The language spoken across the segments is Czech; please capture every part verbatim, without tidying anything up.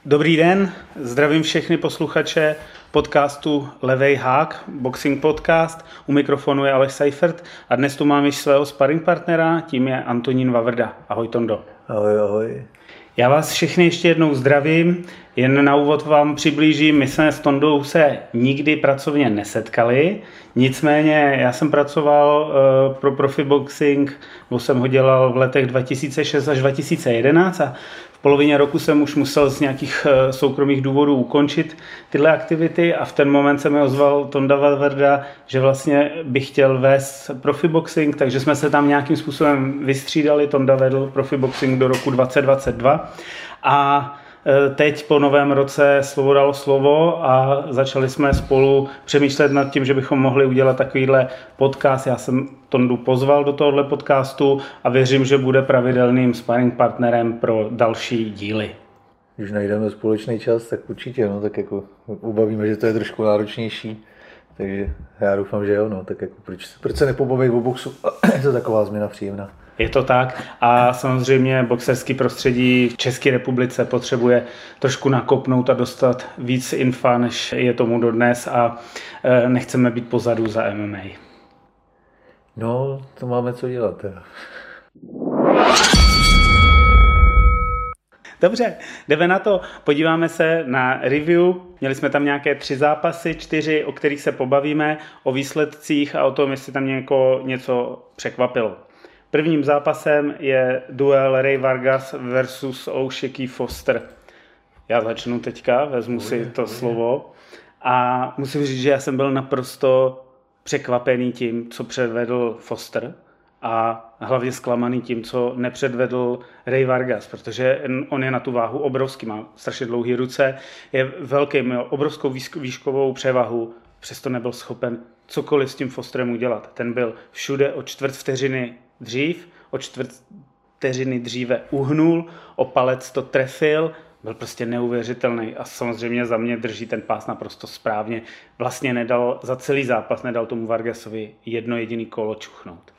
Dobrý den, zdravím všechny posluchače podcastu Levej hák, boxing podcast. U mikrofonu je Aleš Seifert a dnes tu mám již svého sparring partnera, tím je Antonín Vavrda. Ahoj Tondo. Ahoj, ahoj. Já vás všechny ještě jednou zdravím, jen na úvod vám přiblížím, my jsme s Tondou se nikdy pracovně nesetkali, nicméně já jsem pracoval uh, pro Profi Boxing, bo jsem ho dělal v letech dva tisíce šest až dva tisíce jedenáct a v polovině roku jsem už musel z nějakých uh, soukromých důvodů ukončit tyhle aktivity a v ten moment se mi ozval Tonda Vavrda, že vlastně bych chtěl vést Profi Boxing, takže jsme se tam nějakým způsobem vystřídali. Tonda vedl Profi Boxing do roku dvacet dvacet dva a teď po novém roce slovo dalo slovo a začali jsme spolu přemýšlet nad tím, že bychom mohli udělat takovýhle podcast. Já jsem Tondu pozval do tohohle podcastu a věřím, že bude pravidelným sparring partnerem pro další díly. Když najdeme společný čas, tak určitě, no, tak jako ubavíme, že to je trošku náročnější, takže já doufám, že jo, no, tak jako proč, proč se nepobavit o boxu, je to taková změna příjemná. Je to tak a samozřejmě boxerský prostředí v České republice potřebuje trošku nakopnout a dostat víc infa, než je tomu dodnes a nechceme být pozadu za M M A. No, to máme co dělat. Teda. Dobře, jdeme na to. Podíváme se na review. Měli jsme tam nějaké tři zápasy, čtyři, o kterých se pobavíme, o výsledcích a o tom, jestli tam něko, něco překvapilo. Prvním zápasem je duel Ray Vargas versus O'Shaquie Foster. Já začnu teďka, vezmu si to slovo a musím říct, že já jsem byl naprosto překvapený tím, co předvedl Foster a hlavně zklamaný tím, co nepředvedl Ray Vargas, protože on je na tu váhu obrovský, má strašně dlouhé ruce, je velký, měl obrovskou výškovou převahu, přesto nebyl schopen cokoliv s tím Fosterem udělat. Ten byl všude o čtvrt vteřiny dřív, o čtvrt vteřiny dříve uhnul, o palec to trefil, byl prostě neuvěřitelný a samozřejmě za mě drží ten pás naprosto správně. Vlastně nedal, za celý zápas nedal tomu Vargasovi jedno jediný kolo čuchnout.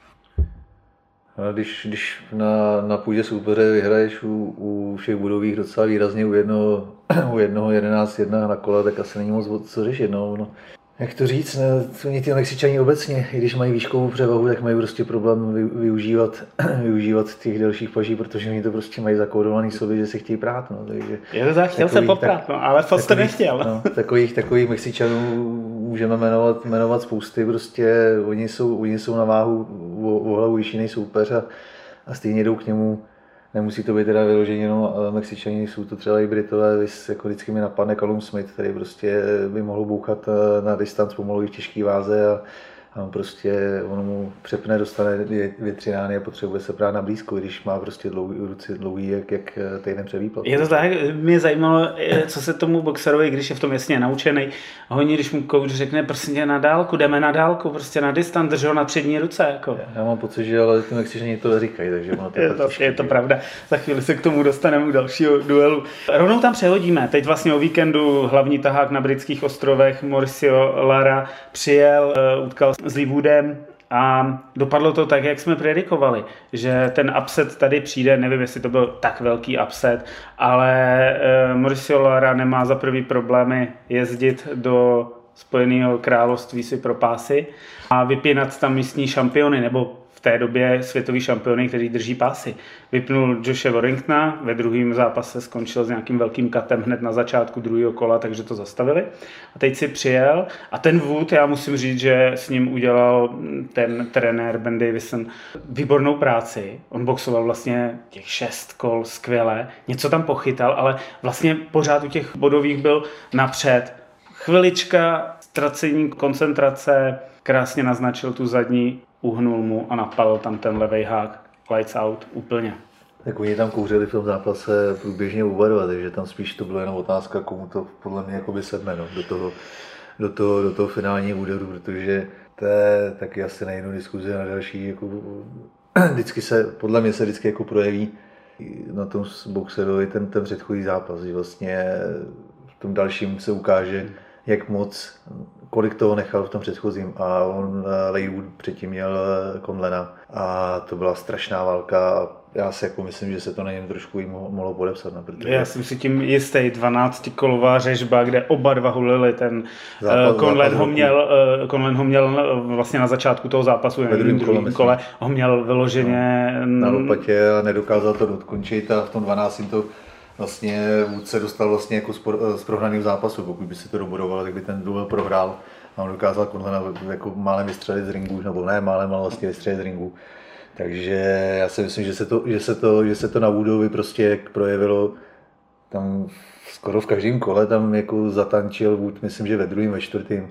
No, když, když na, na půdě soupeře vyhraješ u, u všech budových docela výrazně u jednoho, u jednoho jedenáct jedna na kola, tak asi není moc co řešit. No, no. Jak to říct, ne, oni ty Mexičani obecně, i když mají výškovou převahu, tak mají prostě problém vy, využívat, využívat těch delších paží, protože oni to prostě mají zakódovaný sobě, že se chtějí prát. No, takže je to tak, chtěl se poprát, tak, no, ale Foster nechtěl. No, takových, takových Mexičanů můžeme jmenovat, jmenovat spousty, prostě oni jsou, oni jsou na váhu o, o hlavu vyšší než soupeř a, a stejně jdou k němu. Nemusí to být teda vyloženě jenom Mexičani, jsou to třeba i Britové, jako vždycky mi napadne Callum Smith, který prostě by mohl bouchat na distanc pomalu i v těžké váze a, a on prostě, on mu přepne, dostane dvě, dvě tři rány a potřebuje se prát na blízko, když má prostě dlouhý, ruce dlouhý, jak, jak týden převýplat. Je to tak, mě zajímalo, co se tomu boxerovi, když je v tom jasně naučený, honí, když mu kouč řekne, prostě na dálku, jdeme na dálku, prostě na distanc, drž ho na přední ruce. Jako. Já mám pocit, že ale ty Mexičani to neříkají, takže ono to je, to, je to pravda. Za chvíli se k tomu dostaneme u dalšího duelu. Rovnou tam přehodíme. Teď vlastně o víkendu hlavní tahák na britských ostrovech Mauricio Lara přijel, utkal s Leewoodem a dopadlo to tak, jak jsme predikovali, že ten upset tady přijde, nevím, jestli to byl tak velký upset, ale Mauricio Lara nemá za prvý problémy jezdit do Spojeného království si pro pásy a vypínat tam místní šampiony, nebo v té době světový šampiony, který drží pásy. Vypnul Joshe Warringtona, ve druhém zápase skončil s nějakým velkým katem hned na začátku druhého kola, takže to zastavili. A teď si přijel a ten Wood, já musím říct, že s ním udělal ten trenér Ben Davison výbornou práci. On boxoval vlastně těch šest kol skvěle, něco tam pochytal, ale vlastně pořád u těch bodových byl napřed. Chvilička ztracení koncentrace, krásně naznačil tu zadní, uhnul mu a napadl tam ten levej hák, lights out úplně. Tak oni tam kouřili v tom zápase průběžně oba dva, takže tam spíš to byla jenom otázka, komu to podle mě jakoby sedme, no, do toho, do toho, do toho finálního úderu, protože to je taky asi na jinou diskuzi, na další, jako, vždycky se, podle mě se vždycky jako projeví na tom boxerovi ten, ten předchozí zápas, že vlastně v tom dalším se ukáže, jak moc, kolik toho nechal v tom předchozím a on Leewood předtím měl Conlana a to byla strašná válka já si jako myslím, že se to na něm trošku jim mohlo podepsat. Ne? Protože... Já jsem si tím jistý, dvanáctikolová řežba, kde oba dva hulili, ten zápas, Conlan, ho měl, uh, Conlan ho měl vlastně na začátku toho zápasu, ve druhém kole, kole ho měl vyloženě no, na lopatě a nedokázal to dokončit a v tom dvanáctém to vlastně vůdce dostal vlastně jako z prohraným zápasu, pokud by si to dobudoval, tak by ten duel prohrál a on dokázal Conlana jako málem vystřelit z ringu, nebo ne málem, ale vlastně vystřelit z ringu. Takže já si myslím, že se to, že se to, že se to na Woodovi prostě projevilo tam skoro v každém kole, tam jako zatančil Wood, myslím, že ve druhém, ve čtvrtém.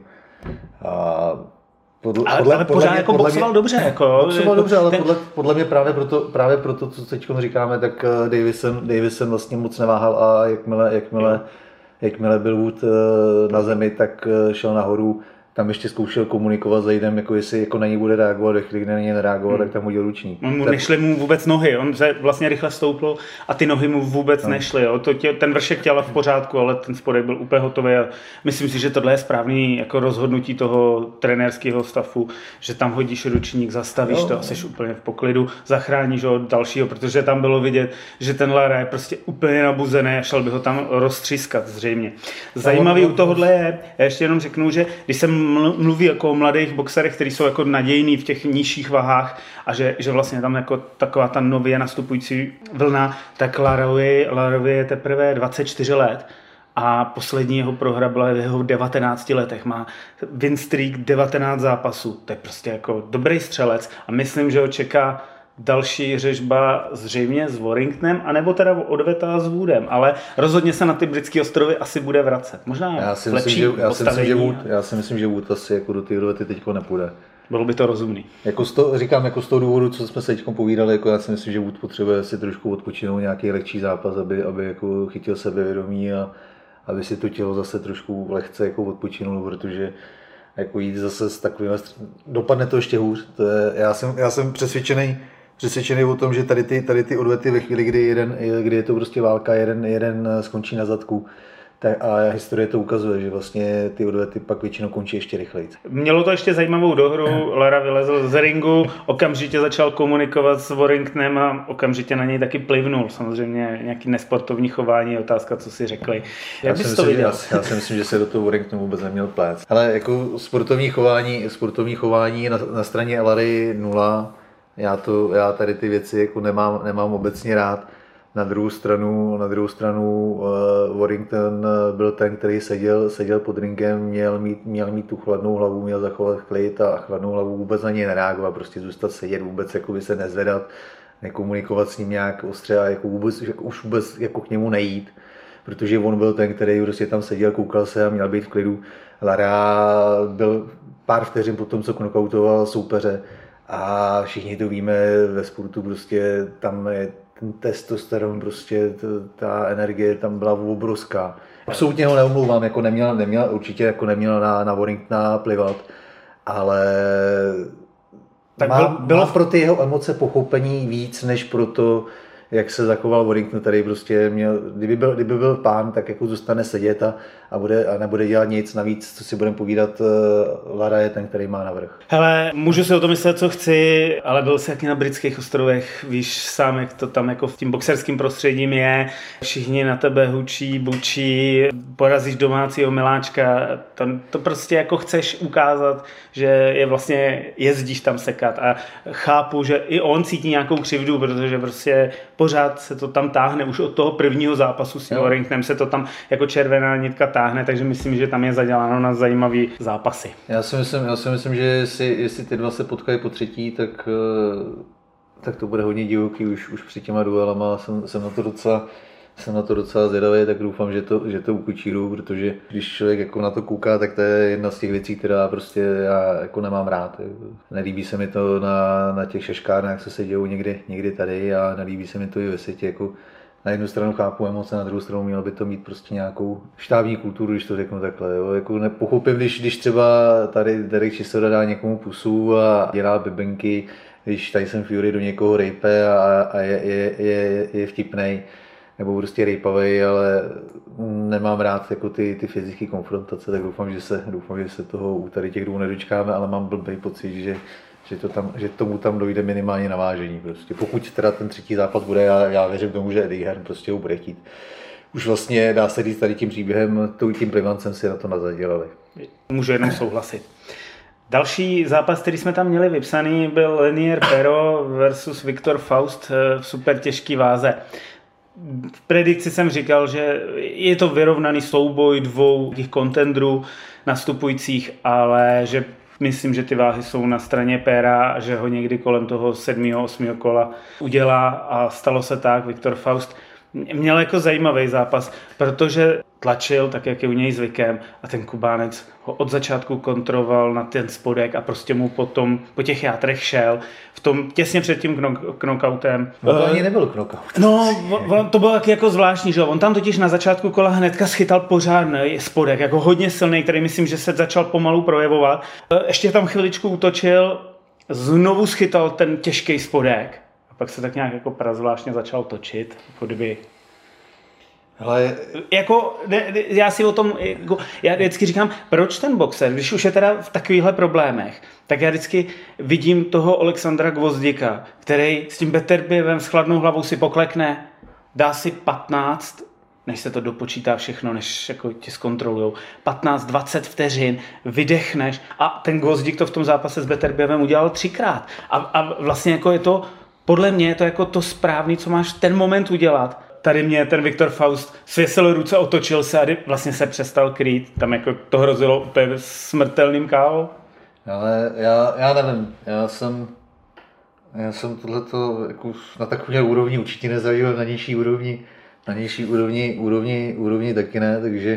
A podle, ale, podle, ale pořád podle jako boxoval dobře. Jako, boxoval jako, dobře, ale ten... podle, podle mě právě proto, právě proto, co teď říkáme, tak Davison, Davison vlastně moc neváhal a jakmile, jakmile, jakmile byl Wood na zemi, tak šel nahoru. Tam ještě zkoušel komunikovat s Zaidem, jako jestli jako na něj bude reagovat, ve chvíli, kdy na něj nereagoval, hmm. tak tam udělal ručník. On mu tak... nešly mu vůbec nohy, on se vlastně rychle stoupl a ty nohy mu vůbec no. nešly. Jo. To tě, ten vršek těla v pořádku, ale ten spodek byl úplně hotový a myslím si, že tohle je správný jako rozhodnutí toho trenérského stafu, že tam hodíš ručník, zastavíš no. to a jsi úplně v poklidu, zachráníš ho od dalšího, protože tam bylo vidět, že ten Lara je prostě úplně nabuzený a šel by ho tam roztřískat zřejmě. Zajímavý u tohohle je, já ještě jenom řeknu, že když jsem mluví jako o mladých boxerech, kteří jsou jako nadějní v těch nižších vahách a že, že vlastně tam jako taková ta nově nastupující vlna, tak Larovi, Larovi je teprve dvacet čtyři let a poslední jeho prohra byla v jeho devatenácti letech. Má win streak devatenáct zápasů, to je prostě jako dobrý střelec a myslím, že ho čeká další řežba zřejmě s Warringtonem, anebo teda odveta s Woodem, ale rozhodně se na ty britské ostrovy asi bude vracet. Možná já si myslím, že, já si myslím, že Wood, já si myslím, že Wood asi jako do té odvety teďko nepůjde. Bylo by to rozumný. Jako z toho, říkám, jako z toho důvodu, co jsme se teď povídali, jako já si myslím, že Wood potřebuje si trošku odpočinout nějaký lehčí zápas, aby, aby jako chytil sebevědomí a aby si to tělo zase trošku lehce jako odpočinulo, protože jako jít zase s takovým, dopadne to ještě hůř. To je, já jsem, já jsem přesvědčený, přesvědčený o tom, že tady ty, tady ty odvety ve chvíli, kdy, jeden, kdy je to prostě válka, jeden, jeden skončí na zadku, tak, a historie to ukazuje, že vlastně ty odvety pak většinou končí ještě rychleji. Mělo to ještě zajímavou dohru, Lara vylezl z ringu, okamžitě začal komunikovat s Warringtonem a okamžitě na něj taky plivnul. Samozřejmě nějaký nesportovní chování, otázka, co si řekli. Jak bys to viděl? Já, já si myslím, že se do toho Warringtonu vůbec neměl plést. Ale jako sportovní chování, sportovní chování na, na straně Lary nula. Já, to, já tady ty věci jako nemám, nemám obecně rád. Na druhou stranu, na druhou stranu uh, Warrington byl ten, který seděl, seděl pod ringem, měl mít, měl mít tu chladnou hlavu, měl zachovat klid a chladnou hlavu vůbec na něj nereagovat, prostě zůstat sedět, vůbec jako by se nezvedat, nekomunikovat s ním nějak ostře a jako vůbec, jako už vůbec jako k němu nejít, protože on byl ten, který prostě tam seděl, koukal se a měl být v klidu. Lara byl pár vteřin po tom, co knockoutoval soupeře a všichni to víme ve sportu, prostě tam je ten testosteron, prostě ta energie tam byla obrovská. Absolutně ho neomlouvám, jako neměl, neměl, určitě jako neměl na, na Warringtona plivat, ale tak má, byl, bylo má pro ty jeho emoce pochopení víc, než pro to, jak se zachoval Warrington, tady prostě měl, kdyby byl, kdyby byl pán, tak jako zůstane sedět a, a, bude, a nebude dělat nic navíc, co si budeme povídat, Lara je ten, který má navrch. Hele, můžu si o tom myslet, co chci, ale byl jsi jaký na britských ostrovech, víš sám, jak to tam jako v tím boxerským prostředím je, všichni na tebe hučí, bučí, porazíš domácího miláčka, to, to prostě jako chceš ukázat, že je vlastně jezdíš tam sekat a chápu, že i on cítí nějakou křivdu, protože prostě pořád se to tam táhne, už od toho prvního zápasu s Warringtonem se to tam jako červená nitka táhne, takže myslím, že tam je zaděláno na zajímavý zápasy. Já si myslím, já si myslím že jestli, jestli ty dva se potkají po třetí, tak, tak to bude hodně divoký už, už před těma duelama, jsem, jsem na to docela jsem na to docela zvědavý, tak doufám, že to, že to ukočíru, protože když člověk jako na to kouká, tak to je jedna z těch věcí, která prostě já jako nemám rád. Nelíbí se mi to na, na těch šaškárnách, co se dějou někdy, někdy tady a nelíbí se mi to i ve světě. Jako na jednu stranu chápu emoce, na druhou stranu mělo by to mít prostě nějakou štábní kulturu, když to řeknu takhle. Jo. Jako nepochopím, když, když třeba tady Derek Chisora dá někomu pusu a dělá bebenky, když Tyson Fury do někoho rejpe a, a je, je, je, je vtipnej, nebo prostě rejpavej, ale nemám rád jako ty, ty fyzické konfrontace, tak doufám, že se, doufám, že se toho u tady těch dvou nedočkáme, ale mám blbý pocit, že, že, to tam, že tomu tam dojde minimálně na vážení. Prostě. Pokud teda ten třetí zápas bude, já, já věřím tomu, že Eddie Hearn prostě ho bude chtít. Už vlastně dá se říct tady tím příběhem, tím plivancem si na to nazadělali. Můžu jenom souhlasit. Další zápas, který jsme tam měli vypsaný, byl Lenier Pero versus Viktor Faust v super těžký váze. V predikci jsem říkal, že je to vyrovnaný souboj dvou těch kontendrů nastupujících, ale že myslím, že ty váhy jsou na straně Pera a že ho někdy kolem toho sedmého, osmého kola udělá a stalo se tak. Viktor Faust měl jako zajímavý zápas, protože tlačil, tak jak je u něj zvykem, a ten Kubánec ho od začátku kontroloval na ten spodek a prostě mu potom po těch játrech šel. V tom těsně před tím knock, knockoutem. No to ani nebyl knockout. No, on, to bylo taky jako zvláštní, že on tam totiž na začátku kola hnedka schytal pořádný spodek, jako hodně silný, který myslím, že se začal pomalu projevovat. Ještě tam chviličku útočil, znovu schytal ten těžký spodek. Pak se tak nějak jako prazvláštně začal točit, jako kdyby... Hele, jako, ne, já si o tom, jako, já vždycky říkám, proč ten boxer, když už je teda v takovýchhle problémech, tak já vždycky vidím toho Alexandra Gvozdika, který s tím Beterbijevem s chladnou hlavou si poklekne, dá si patnáct, než se to dopočítá všechno, než jako tě zkontrolujou, patnáct dvacet vteřin, vydechneš a ten Gvozdik to v tom zápase s Beterbijevem udělal třikrát. A, a vlastně jako je to, podle mě je to jako to správný, co máš ten moment udělat. Tady mě ten Viktor Faust svěsil ruce, otočil se a vlastně se přestal krýt. Tam jako to hrozilo úplně smrtelným ká ó. Ale já, já nevím, já jsem, já jsem tohleto jako na takové úrovni určitě nezažil, na nižší úrovni, na nižší úrovni, úrovni, úrovni taky ne, takže,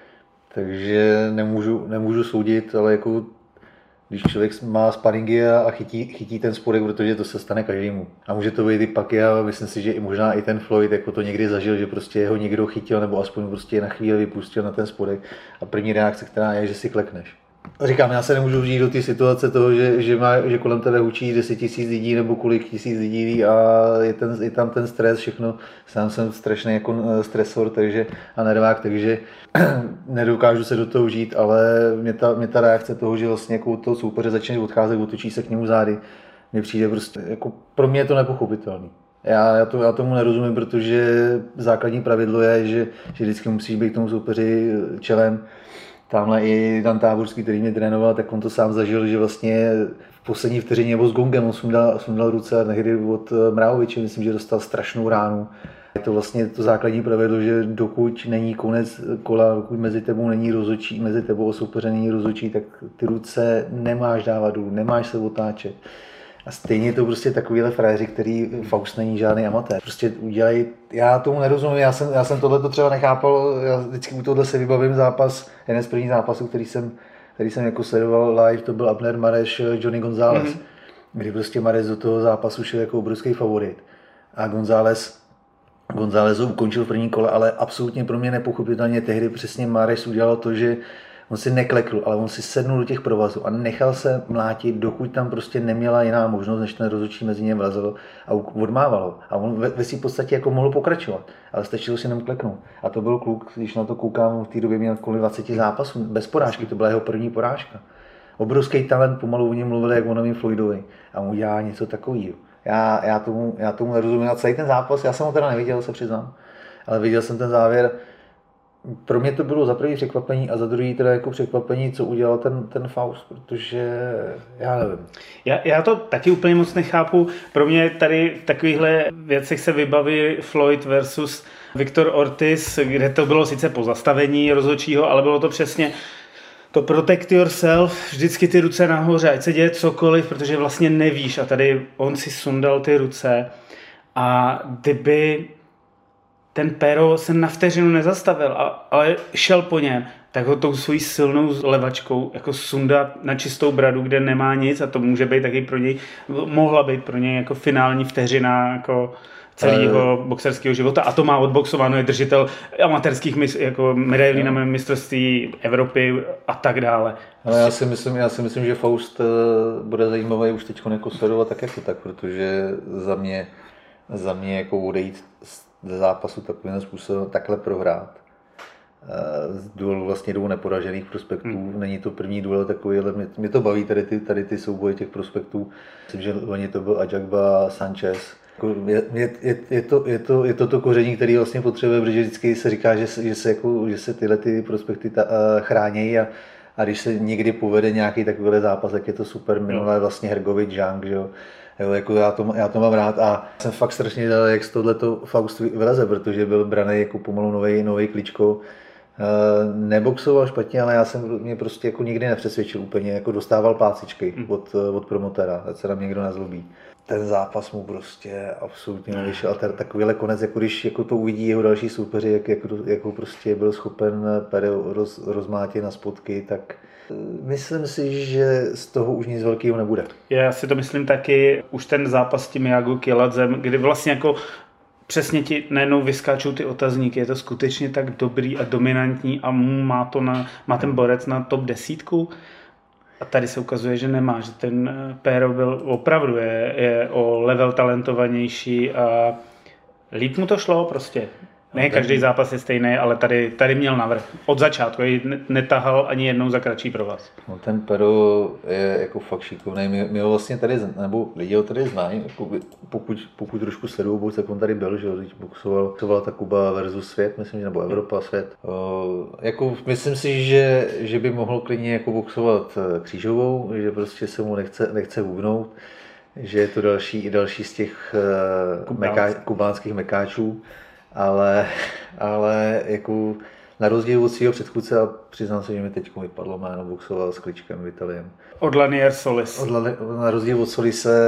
takže nemůžu, nemůžu soudit, ale jako když člověk má sparingy a chytí, chytí ten spodek, protože to se stane každému. A může to být i Pacquiao, myslím si, že i možná i ten Floyd jako to někdy zažil, že prostě ho někdo chytil nebo aspoň prostě na chvíli vypustil na ten spodek a první reakce, která je, že si klekneš. Říkám, já se nemůžu vžít do té situace toho, že, že, má, že kolem tebe hučí deset tisíc lidí nebo kolik tisíc lidí a je, ten, je tam ten stres, všechno. Sám jsem strašný jako stresor takže, a nervák, takže nedokážu se do toho žít, ale mě ta, mě ta reakce toho, že vlastně jako toho soupeře začne odcházet, otočí se k němu zády, mně přijde prostě, jako pro mě je to nepochopitelný. Já, já, to, já tomu nerozumím, protože základní pravidlo je, že, že vždycky musíš být k tomu soupeři čelem. Tamhle i Dan Táborský, který mě trénoval, tak on to sám zažil, že vlastně v poslední vteřině nebo s gongem on sundal, sundal ruce a tehdy od Mrávoviče, myslím, že dostal strašnou ránu. Je to vlastně to základní pravidlo, že dokud není konec kola, dokud mezi tebou není rozhodčí, mezi tebou a soupeře není rozhodčí, tak ty ruce nemáš dávat dolů, nemáš se otáčet. A stejně je to prostě takovýhle frajeři, který Faust není žádný amatér. Prostě udělají, já tomu nerozumím, já jsem, já jsem tohleto třeba nechápal, já vždycky u tohle se vybavím zápas, jeden z prvních zápasů, který jsem, který jsem jako sledoval live, to byl Abner Mares, Johnny González, mm-hmm. kdy prostě Mares do toho zápasu šel jako obrovský favorit. A González, González ho ukončil v první kole, ale absolutně pro mě nepochopitelně tehdy přesně Mares udělal to, že on si neklekl, ale on si sednul do těch provazů a nechal se mlátit, dokud tam prostě neměla jiná možnost, než ten rozhodčí mezi ně vrazil a odmávalo. A on ve, ve svým podstatě jako mohl pokračovat, ale stačilo si jenom kleknout. A to byl kluk, když na to koukám, v té době měl kolem dvacet zápasů, bez porážky, to byla jeho první porážka. Obrovský talent, pomalu o něm mluvili jak o novým Floydovi a on udělá něco takového. Já, já, tomu, já tomu nerozumím. A celý ten zápas, já jsem ho teda neviděl, se přiznám, ale viděl jsem ten závěr. Pro mě to bylo za první překvapení a za druhý teda jako překvapení, co udělal ten, ten Faust, protože já nevím. Já, já to taky úplně moc nechápu. Pro mě tady v takovýchhle věcech se vybaví Floyd versus Viktor Ortiz, kde to bylo sice po zastavení rozhodčího, ale bylo to přesně to protect yourself, vždycky ty ruce nahoře, ať se děje cokoliv, protože vlastně nevíš. A tady on si sundal ty ruce a kdyby ten Pero se na vteřinu nezastavil, ale šel po něm, tak ho tou svojí silnou levačkou jako sundat na čistou bradu, kde nemá nic a to může být taky pro něj, mohla být pro něj jako finální vteřina jako celého boxerského života a to má odboxováno, je držitel amatérských jako medailí na mistrovství Evropy a tak dále. Ale já si myslím, já si myslím, že Faust bude zajímavý už teď jako sledovat tak jako tak, protože za mě, za mě jako odejít ze zápasu takovým způsobem takhle prohrát. z duelu vlastně dvou neporažených prospektů. Hmm. Není to první duel takový, ale mě, mě to baví tady ty, tady ty souboje těch prospektů. Myslím, že loni to byl Ajagba Sanchez. Je, je, je, je, to, je, to, je to to koření, který vlastně potřebuje, protože vždycky se říká, že se, že se, jako, že se tyhle ty prospekty ta, uh, chránějí a, a když se někdy povede nějaký takovýhle zápas, tak je to super. Minulé vlastně Hrgovič, Zhang, že jo. Jo, jako já, to, já to mám rád a jsem fakt strašně dal, jak z tohleto Faust vyleze, protože byl braný jako pomalu novej, novej Kličko. Neboxoval špatně, ale já jsem mě prostě jako nikdy nepřesvědčil úplně, jako dostával pácičky mm. od, od promotera, ať se tam někdo nezlobí. Ten zápas mu prostě absolutně nevyšel. A takovýhle konec, jako když jako to uvidí jeho další soupeři, jak, jak, jak ho prostě byl schopen roz, rozmátit na spotky, tak myslím si, že z toho už nic velkého nebude. Já si to myslím taky, už ten zápas s tím Jagu Kiladzem, kdy vlastně jako přesně ti najednou vyskáčou ty otazníky, je to skutečně tak dobrý a dominantní a má, to na, má ten borec na top desítku. A tady se ukazuje, že nemá, že ten Pero byl opravdu je, je o level talentovanější a líp mu to šlo prostě. Ne, každý zápas je stejný, ale tady, tady měl navrch. Od začátku netahal ani jednou za kratší provaz. No ten Pero je jako fakt šikovný. My, my ho vlastně tady, nebo lidi ho tady znají, jako pokud, pokud trošku sledují, tak on tady byl, že když boxoval, boxovala ta Kuba versus svět, myslím, nebo Evropa svět. O, jako myslím si, že, že by mohl klidně jako boxovat křížovou, že prostě se mu nechce, nechce hubnout, že je to další i další z těch meká, kubánských mekáčů. Ale, ale jako na rozdíl od svého předchůdce, a přiznám se, že mi teď vypadlo jméno, boxoval s Kličkem Vitaliem. Od Lanier Solis. Od, na rozdíl od Solise,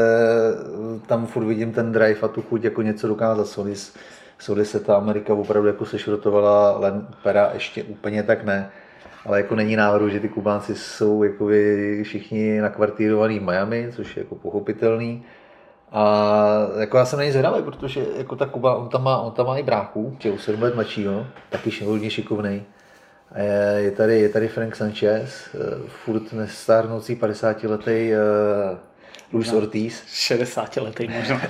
tam furt vidím ten drive a tu chuť jako něco dokázat. Solis, Solis se ta Amerika opravdu jako sešrotovala, len Pera ještě úplně tak ne. Ale jako není náhodou, že ty Kubánci jsou jako všichni nakvartírovaní v Miami, což je jako pochopitelný. A jako já jsem na něj zvědavý, protože jako ta Kuba, on tam má, on tam má i bráchu, těho sedm let mladšího, taky hodně šikovnej. A je, je, tady, je tady Frank Sanchez, furt nestárnoucí padesátiletý uh, Luis Ortiz. šedesátiletý možná.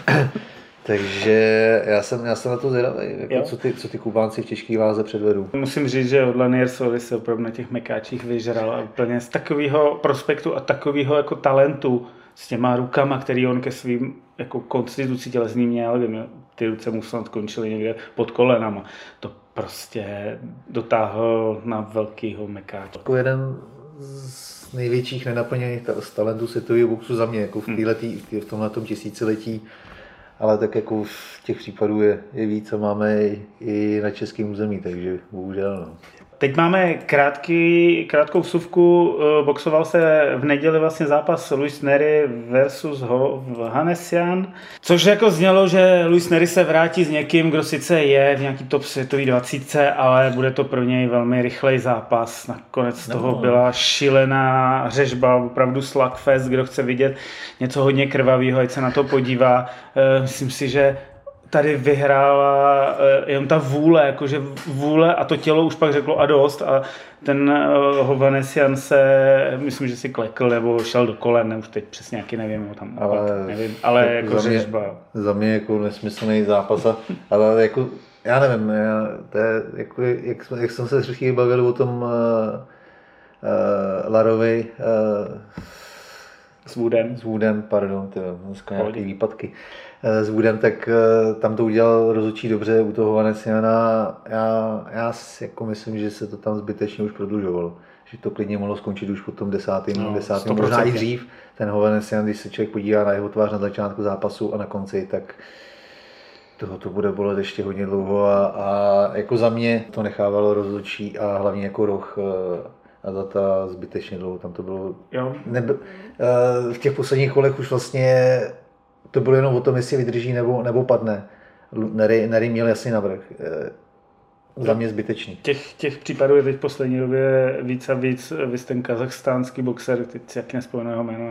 Takže já jsem, já jsem na to zvědavý, jako co, ty, co ty Kubánci v těžké váze předvedou. Musím říct, že od Lanier Solis se opravdu na těch mekáčích vyžral a úplně z takového prospektu a takového jako talentu s těma rukama, který on ke svým jako konstituci tělesný měl, kdy ty ruce mu snad končily někde pod kolenama. To prostě dotáhl na velkýho mekáče. Jako jeden z největších nenaplněných talentů světového boxu za mě, jako v, týhletý, v tomhletom tisíciletí, ale tak jako v těch případů je, je víc a máme i, i na českém území, takže bohužel no. Teď máme krátký, krátkou vsuvku, boxoval se v neděli vlastně zápas Luis Nery versus Hovhannisyan, což jako znělo, že Luis Nery se vrátí s někým, kdo sice je v nějaký top světový dvacítce, ale bude to pro něj velmi rychlej zápas. Nakonec z toho byla šílená řežba, opravdu slugfest, kdo chce vidět něco hodně krvavého, ať se na to podívá. Myslím si, že tady vyhrála jenom ta vůle, jakože vůle a to tělo už pak řeklo a dost a ten Hovhannisyan se, myslím, že si klekl nebo šel do kolen, ne, už teď přesně nějaký nevím, tam, ale, nevím, ale jako za mě, řežba. Za mě jako nesmyslný zápas, ale jako, já nevím, já, to je, jako, jak, jak jsem se všichni bavili o tom uh, uh, Larovi uh, s Woodem, s Woodem, pardon, tyjo, dneska nějaký výpadky. S Woodem, tak tam to udělal rozhodčí dobře u toho Hovhannisyana. Já, já si jako myslím, že se to tam zbytečně už prodlužovalo. Že to klidně mohlo skončit už po tom desátém, no, desátém možná i dřív. Ten Hovhannisyan, když se člověk podívá na jeho tvář na začátku zápasu a na konci, tak toho to bude bolet ještě hodně dlouho. A, a jako za mě to nechávalo rozhodčí a hlavně jako roh a za ta zbytečně dlouho. Tam to bylo... Jo. Nebe, v těch posledních kolech už vlastně to bylo jenom o tom, jestli vydrží nebo, nebo padne. Nery, Nery měl jasný navrch. Za mě zbytečný. Těch, těch případů je teď v poslední době víc a víc. Vy ten kazachstánský boxer, teď si jak nespomenu jeho jméno,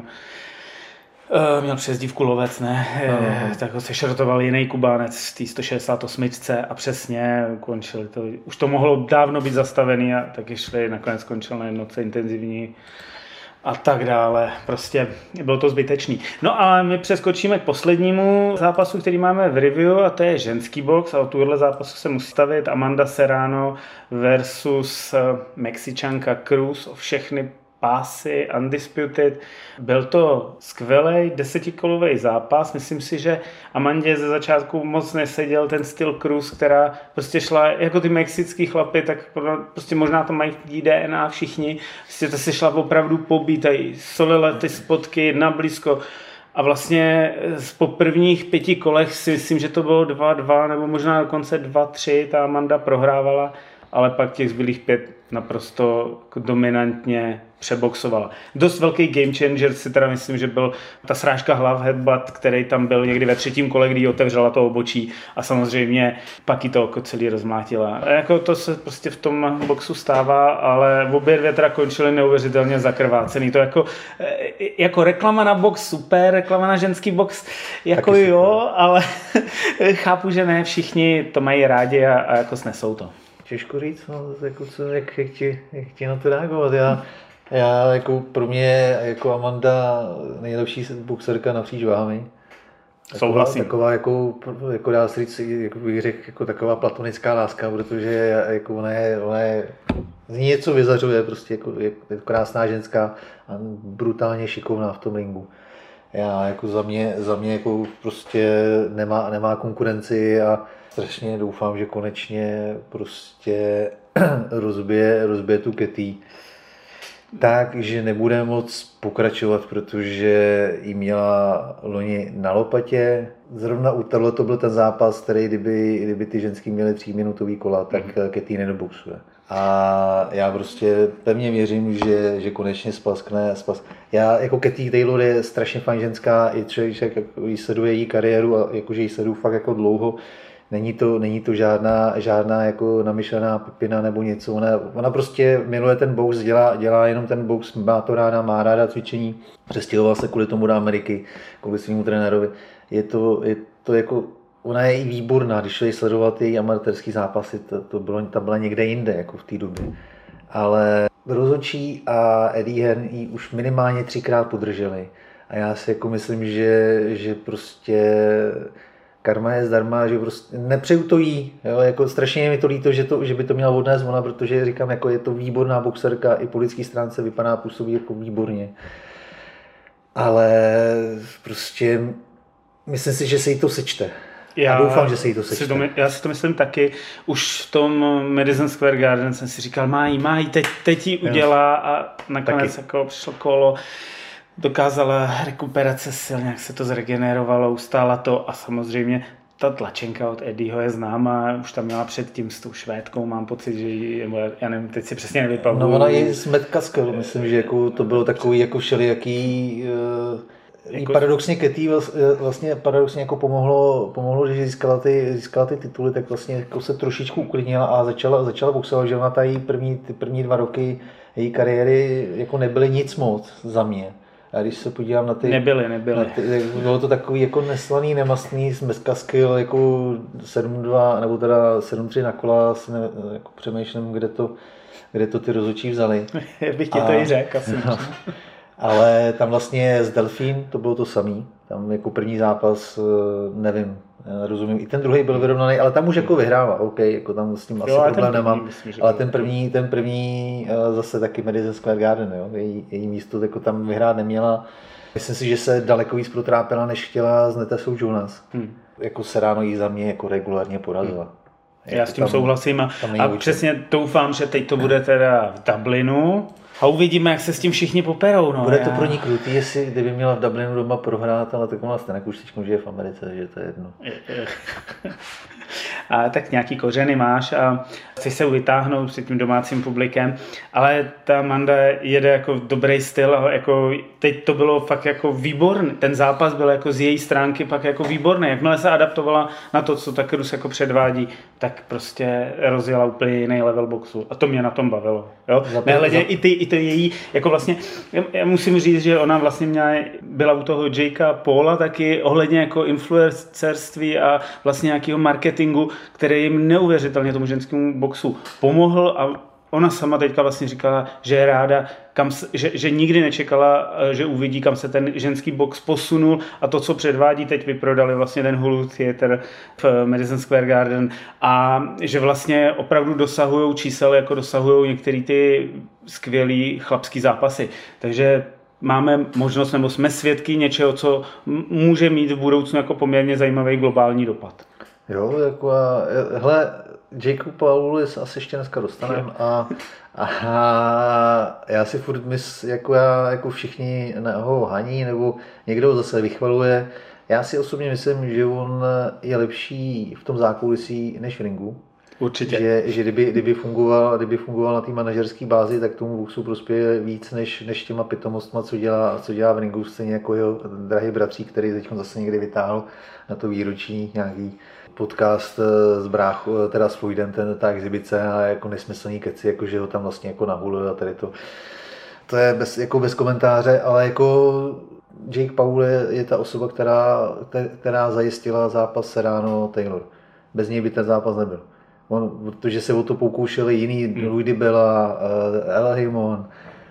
Uh, měl přezdívku Lovec, ne? Uh, tak ho sešrotoval jiný Kubánec v té sto šedesát osm a přesně ukončili to. Už to mohlo dávno být zastavený a taky šli, nakonec skončil na jednotce intenzivní a tak dále. Prostě bylo to zbytečný. No a my přeskočíme k poslednímu zápasu, který máme v review, a to je ženský box, a o tuhle zápasu se musí stavit Amanda Serrano versus Mexičanka Cruz o všechny pásy Undisputed. Byl to skvělý desetikolový zápas. Myslím si, že Amandě ze začátku moc neseděl ten styl Cruz, která prostě šla jako ty mexický chlapy, tak prostě možná to mají v D N A všichni. Prostě to se šla opravdu pobít a solila ty spotky na blízko. A vlastně po prvních pěti kolech si myslím, že to bylo dva dva nebo možná dokonce dva tři, ta Amanda prohrávala, ale pak těch zbylých pět naprosto dominantně přeboxovala. Dost velký game changer si teda myslím, že byl ta srážka hlav headbutt, který tam byl někdy ve třetím kole, kdy otevřela to obočí a samozřejmě pak i to oko celý rozmlátila. A jako to se prostě v tom boxu stává, ale obě dvě teda končily neuvěřitelně zakrvácený. To jako, jako reklama na box super, reklama na ženský box jako taky jo, super. Ale chápu, že ne všichni to mají rádi a, a jako snesou to. Těžko říct, no, jako co, jak, jak, ti, jak ti na to reagovat. Já, já jako pro mě jako Amanda nejlepší boxerka napříč váhami. Souhlasím. Taková jako, jako dá se říct, jako bych řekl, jako taková platonická láska, protože jako ona je, ona je z ní něco vyzařuje, prostě jako, jako krásná ženská a brutálně šikovná v tom ringu. Já jako za mě, za mě jako prostě nemá, nemá konkurenci a strašně doufám, že konečně prostě rozbije, rozbije tu Katie tak, že nebude moc pokračovat, protože jí měla loni na lopatě. Zrovna u tohle to byl ten zápas, který kdyby, kdyby ty ženský měly tříminutový kola, tak mm-hmm. Katie nedoboxuje. A já prostě pevně věřím, že, že konečně spaskne. Spas. Já jako Katie Taylor je strašně fajn ženská, i člověk jako jí sleduje její kariéru a jakože jí sleduju fakt jako dlouho. Není to, není to žádná, žádná jako namyšlená pipina nebo něco. Ona, ona prostě miluje ten box, dělá, dělá jenom ten box, má to ráda, má ráda cvičení. Přestěhoval se kvůli tomu do Ameriky, kvůli svému trenérovi. Je to, je to jako, ona je i výborná, když šli sledovat její amatérský zápasy, to, to bylo, ta byla někde jinde jako v té době. Ale rozhodčí a Eddie Hearn ji už minimálně třikrát podrželi. A já si jako myslím, že, že prostě karma je zdarma, že prostě nepřeju to jí, jo, jako strašně mi to líto, že, to, že by to měla odnést ona, protože říkám, jako je to výborná boxerka, i po lidské stránce vypadá, působí jako výborně. Ale prostě myslím si, že se jí to sečte. Já a doufám, že se jí to sečte. Si to, já si to myslím taky. Už v tom Madison Square Garden jsem si říkal, má jí, má jí, teď, teď jí udělá a nakonec jako přišlo kolo. Dokázala rekuperace sil, nějak se to zregenerovalo, ustála to a samozřejmě ta tlačenka od Eddieho je známá, už tam měla předtím s tou Švédkou, mám pocit, že ji, já nevím, teď si přesně nevypavuju. No ona je z Matt Castle, myslím, že jako to bylo takový jako všelijaký, jako... paradoxně Katie vlastně paradoxně jako pomohlo, pomohlo, že získala ty, získala ty tituly, tak vlastně jako se trošičku uklidnila a začala, začala boxovat, že ona tady první, ty první dva roky její kariéry jako nebyly nic moc za mě. A když se podívám na ty... Nebyly, nebyly. Ty, bylo to takový jako neslaný, nemastný, z Meska Skill, jako sedm dva, nebo teda sedm tři na kola, si ne, jako přemýšlím, kde to, kde to ty rozhodčí vzali. Bych ti to i řekl, asi. No, ale tam vlastně z Delfín to bylo to samý. Tam jako první zápas, nevím, rozumím, i ten druhý byl vyrovnaný, ale tam už jako vyhrává, OK, jako tam s tím asi jo, problém nemám, myslím, ale ten první, ten první zase taky Madison Square Garden, jo, její, její místo jako tam vyhrát neměla. Myslím si, že se daleko víc protrápila, než chtěla s Netessou Jonas. Hmm. Jako Serrano jí za mě jako regulárně porazila. Hmm. Já s tím tam, souhlasím a, a přesně doufám, že teď to bude teda v Dublinu. A uvidíme, jak se s tím všichni poperou. No. Bude to pro ní krutý, jestli kdyby měla v Dublinu doma prohrát, ale tak ona stejně už teď žije v Americe, že to je jedno. A tak nějaký kořeny máš a chceš se vytáhnout před tím domácím publikem, ale ta Amanda jede jako dobrý styl a jako teď to bylo fakt jako výborný. Ten zápas byl jako z její stránky pak jako výborný. Jakmile se adaptovala na to, co ta Cruz jako předvádí, tak prostě rozjela úplně jiný level boxu a to mě na tom bavilo. Jo? Nehledě i ty, i ty její, jako vlastně, já musím říct, že ona vlastně měla, byla u toho Jakea Paula taky ohledně jako influencerství a vlastně nějakého marketingu, který jim neuvěřitelně tomu ženskému boxu pomohl a ona sama teďka vlastně říkala, že je ráda, kam se, že, že nikdy nečekala, že uvidí, kam se ten ženský box posunul a to, co předvádí, teď vyprodali vlastně ten Hulu Theater v Madison Square Garden a že vlastně opravdu dosahují čísel, jako dosahují některé ty skvělý chlapský zápasy. Takže máme možnost, nebo jsme svědky něčeho, co může mít v budoucnu jako poměrně zajímavý globální dopad. Jo, jako a, hele, Jake'u Paulu asi ještě dneska dostaneme a, a já si furt mysl, jako já, jako všichni ho haní, nebo někdo ho zase vychvaluje. Já si osobně myslím, že on je lepší v tom zákulisí než v ringu. Určitě. Že, že kdyby, kdyby, fungoval, kdyby fungoval na té manažerské bázi, tak tomu boxu prospěje víc než, než těma pitomostma, co dělá, co dělá v ringu, stejně jako jeho drahý bratřík, který teď zase někdy vytáhl na to výročí nějaký podcast s bráchou, teda s Floydem, ten, ta exibice a jako nesmyslný keci, jako že ho tam vlastně jako nahulil a tady to. To je bez, jako bez komentáře, ale jako Jake Paul je, je ta osoba, která, která zajistila zápas Serrano Taylor. Bez něj by ten zápas nebyl. On, protože se o to pokoušeli jiný, hmm. Louis Dibella, uh, El Haymon, uh,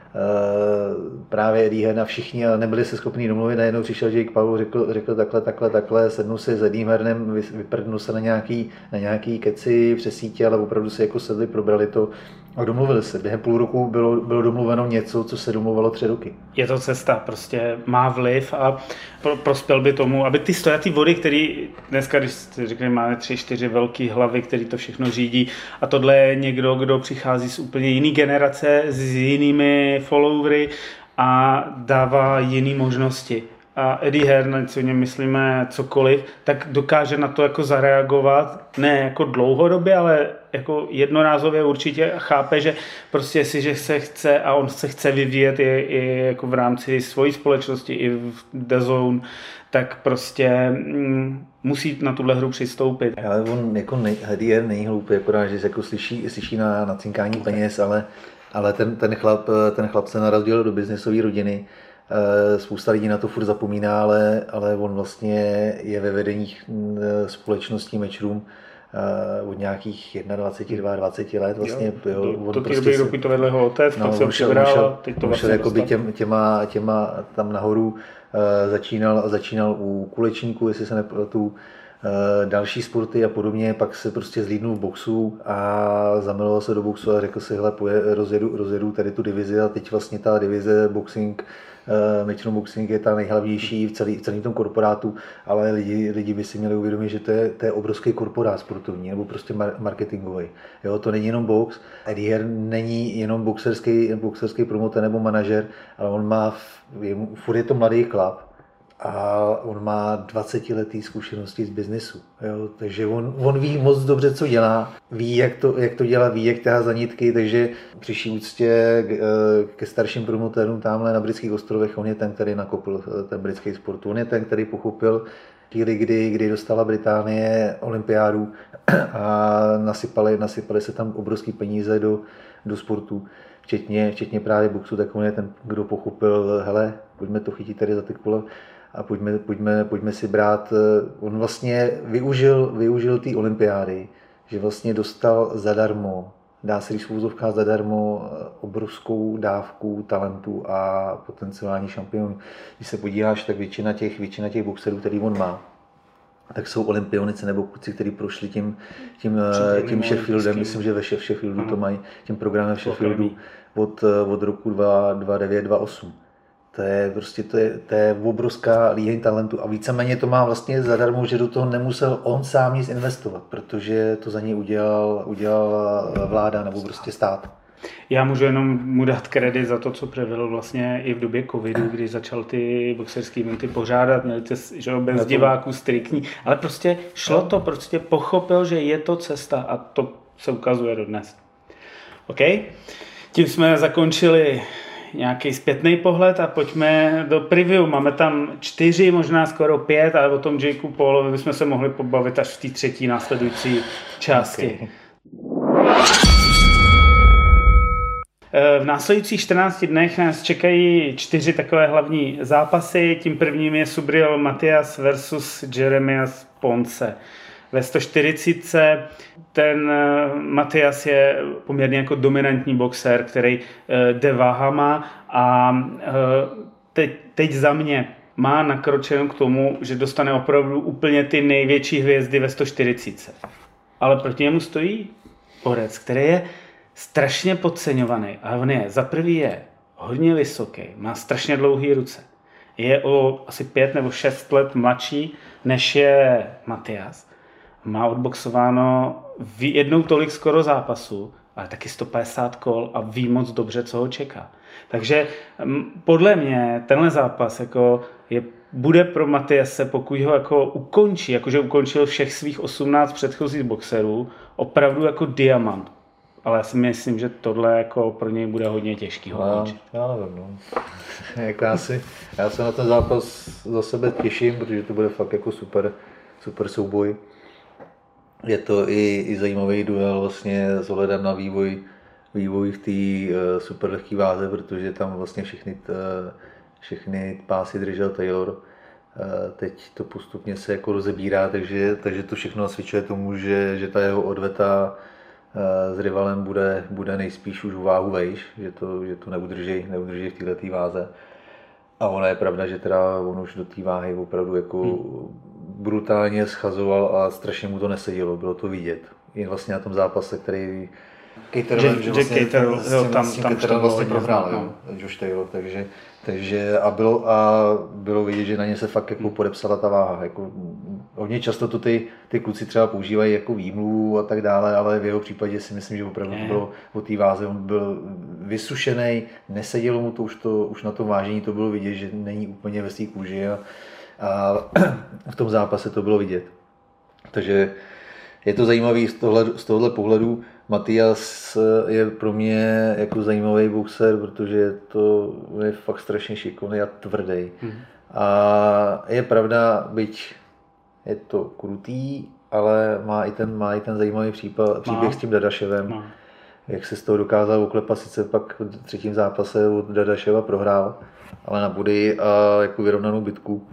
právě Eddie Hearn a všichni, ale nebyli se schopni domluvit. Najednou přišel Jake Paul, řekl, řekl takhle, takhle, takhle, sednu si s Eddie Hearnem, vyprdnu se na nějaký, na nějaký keci přes sítě, ale opravdu se jako sedli, probrali to a domluvili se. Během půl roku bylo, bylo domluveno něco, co se domluvalo tři roky. Je to cesta, prostě má vliv a pro, prospěl by tomu, aby ty stojatý vody, který dneska, když řekneme, máme tři, čtyři velké hlavy, který to všechno řídí a tohle je někdo, kdo přichází z úplně jiný generace, s jinými followery a dává jiné možnosti. A Eddie Hearn, ať si o něm myslíme cokoliv, tak dokáže na to jako zareagovat, ne jako dlouhodobě, ale jako jednorázově určitě a chápe, že prostě si, že se chce a on se chce vyvíjet i, i jako v rámci svojí společnosti, i v The Zone, tak prostě mm, musí na tuhle hru přistoupit. Ale on jako ne, Eddie Hearn není hloupý, akorát, že se jako slyší, slyší na, na cinkání peněz, ale, ale ten, ten, chlap, ten chlap se narazil do biznesové rodiny. Spousta lidí na to furt zapomíná, ale, ale on vlastně je ve vedeních společností Matchroom od nějakých dvacet jedna, dvacet dva let vlastně. Jo, jo, on to prostě ty doby to vedl jeho otec, no, pak jsem přibral, teď to vlastně jakoby těm, těma, těma tam nahoru začínal, začínal u kulečníků, jestli se nepletu, další sporty a podobně, pak se prostě zlídnul v boxu a zamiloval se do boxu a řekl si, hele, rozjedu, rozjedu tady tu divizi a teď vlastně ta divize boxing, uh, Matchroom Boxing je ta nejhlavnější v celý, v celém tom korporátu, ale lidi, lidi by si měli uvědomit, že to je, to je obrovský korporát sportovní nebo prostě marketingový. Jo, to není jenom box, Eddie Hearn není jenom boxerský, boxerský promotor nebo manažer, ale on má, je, furt je to mladý chlap, a on má dvacetiletý zkušenosti z biznesu, jo? Takže on, on ví moc dobře, co dělá, ví, jak to, jak to dělá, ví, jak tahá za nitky, takže při vší úctě ke starším promotérům tamhle na Britských ostrovech, on je ten, který nakopl ten britský sport, on je ten, který pochopil chvíli, kdy, kdy dostala Británie olympiádu a nasypali, nasypali se tam obrovský peníze do, do sportu, včetně, včetně právě boxu, tak on je ten, kdo pochopil, hele, pojďme to chytit tady za ty kule, a pojďme, pojďme, pojďme si brát, on vlastně využil, využil té olympiády, že vlastně dostal zadarmo, dá se říct v úzovkách zadarmo, obrovskou dávku talentu a potenciální šampion. Když se podíváš, tak většina těch, většina těch boxerů, který on má, tak jsou olympionice nebo kluci, kteří prošli tím, tím, tím Sheffieldem, myslím, že ve Sheffieldu to mají, tím programem Sheffieldu od, od roku dva tisíce devět dva tisíce osm. To je prostě to je, to je obrovská líheň talentu a víceméně to má vlastně zadarmo, že do toho nemusel on sám nic investovat, protože to za něj udělal, udělala vláda nebo prostě stát. Já můžu jenom mu dát kredit za to, co prevedl vlastně i v době covidu, kdy začal ty boxerský eventy pořádat, měli to, že bez diváků striktní, ale prostě šlo to, prostě pochopil, že je to cesta a to se ukazuje dodnes. OK? Tím jsme zakončili nějaký zpětný pohled a pojďme do preview. Máme tam čtyři, možná skoro pět, ale o tom Jakeu Paulovi bychom se mohli pobavit až v té třetí následující části. Okay. V následujících čtrnácti dnech nás čekají čtyři takové hlavní zápasy. Tím prvním je Subriel Matias versus Jeremias Ponce. Ve sto čtyřicet ten Matias je poměrně jako dominantní boxer, který jde váhama a teď, teď za mě má nakročeno k tomu, že dostane opravdu úplně ty největší hvězdy ve sto čtyřicet. Ale proti němu stojí borec, který je strašně podceňovaný. A on je, za prvý je hodně vysoký, má strašně dlouhé ruce. Je o asi pět nebo šest let mladší, než je Matias. Má odboxováno jednou tolik skoro zápasů, ale taky sto padesát kol a ví moc dobře, co ho čeká. Takže podle mě tenhle zápas jako je, bude pro Matiase, pokud ho jako ukončí, jakože ukončil všech svých osmnáct předchozích boxerů, opravdu jako diamant. Ale já si myslím, že tohle jako pro něj bude hodně těžký ho ukončit. Já, já nevím, no. jako já, si, já se na ten zápas za sebe těším, protože to bude fakt jako super, super souboj. Je to i, i zajímavý duel vlastně s ohledem na vývoj, vývoj v té uh, super lehké váze, protože tam vlastně všechny, t, všechny pásy držel Taylor. Uh, teď to postupně se jako rozebírá, takže, takže to všechno nasvědčuje tomu, že, že ta jeho odveta uh, s rivalem bude, bude nejspíš už váhu vejš, že to, že to neudrží, neudrží v této váze. A ono je pravda, že teda on už do té váhy opravdu jako hmm. brutálně schazoval a strašně mu to nesedělo, bylo to vidět. I vlastně na tom zápase, který Caterem, že vlastně Cater, jo, tam, tam, tam vlastně prohrál, no. Josh Taylor, takže, takže a, bylo, a bylo vidět, že na ně se fakt jako podepsala ta váha. Jako, hodně často to ty, ty kluci třeba používají jako výmluvu a tak dále, ale v jeho případě si myslím, že opravdu to bylo o té váze, on byl vysušený, nesedělo mu to už, to, už na tom vážení, to bylo vidět, že není úplně ve svý kůži a, a v tom zápase to bylo vidět. Takže je to zajímavý z, tohle, z tohohle pohledu. Matias je pro mě jako zajímavý boxer, protože to je fakt strašně šikovný a tvrdý. Hmm. A je pravda, byť je to krutý, ale má i ten, má i ten zajímavý případ, příběh s tím Dadaševem. Má. Jak se z toho dokázal oklepat, sice pak v třetím zápase od Dadaševa prohrál, ale na body a jako vyrovnanou bitku.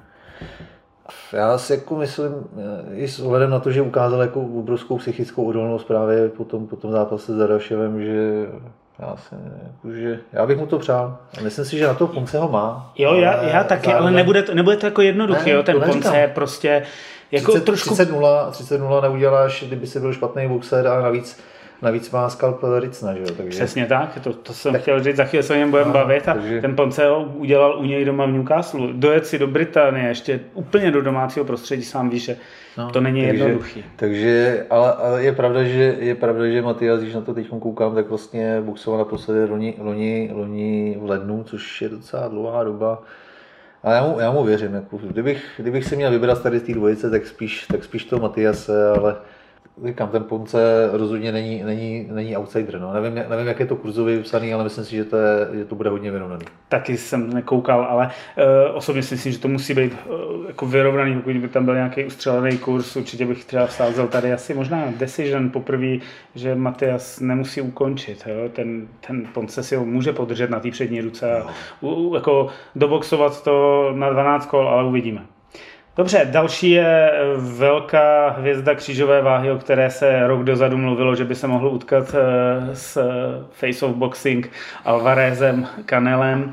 Já si jako myslím, i s ohledem na to, že ukázal jako obrovskou psychickou odolnost právě po tom, po tom zápase s Dadaševem, že já, si, jako, že já bych mu to přál. A myslím si, že na to Ponce ho má. Jo, já, já taky, zároveň... ale nebude to, nebude to jako jednoduchý, ne, jo, ten Ponce je prostě jako třicet, trošku... třicet nula neuděláš, kdyby si byl špatný boxer a navíc Navíc má skalp Ricna, že jo? Takže... Přesně tak, to, to jsem tak... chtěl říct, za chvíli se o něm budeme no, bavit a takže... ten Ponce ho udělal u něj doma v Newcastle. Dojet si do Británie, ještě úplně do domácího prostředí, sám víš, že no, to není takže, jednoduchý. Takže, ale, ale je pravda, že je pravda, že Matias, když na to teď koukám, tak vlastně boxoval naposledy loni, loni, loni v lednu, což je docela dlouhá doba. A já mu, já mu věřím, jako, kdybych, kdybych si měl vybrat tady z té dvojice, tak spíš, tak spíš to Matiase, ale říkám, ten Ponce rozhodně není, není, není outsider. No. Nevím, nevím, jak je to kurzově vypsaný, ale myslím si, že to, je, že to bude hodně vyrovnaný. Taky jsem nekoukal, ale uh, osobně si myslím, že to musí být uh, jako vyrovnaný. Pokud by tam byl nějaký ustřelený kurz, určitě bych třeba vsázel tady asi možná decision poprvé, že Matias nemusí ukončit. Jo. Ten, ten Ponce si ho může podržet na té přední ruce a uh, jako doboxovat to na dvanáct kol, ale uvidíme. Dobře, další je velká hvězda křížové váhy, o které se rok dozadu mluvilo, že by se mohlo utkat s Face of Boxing Alvarezem, Canelem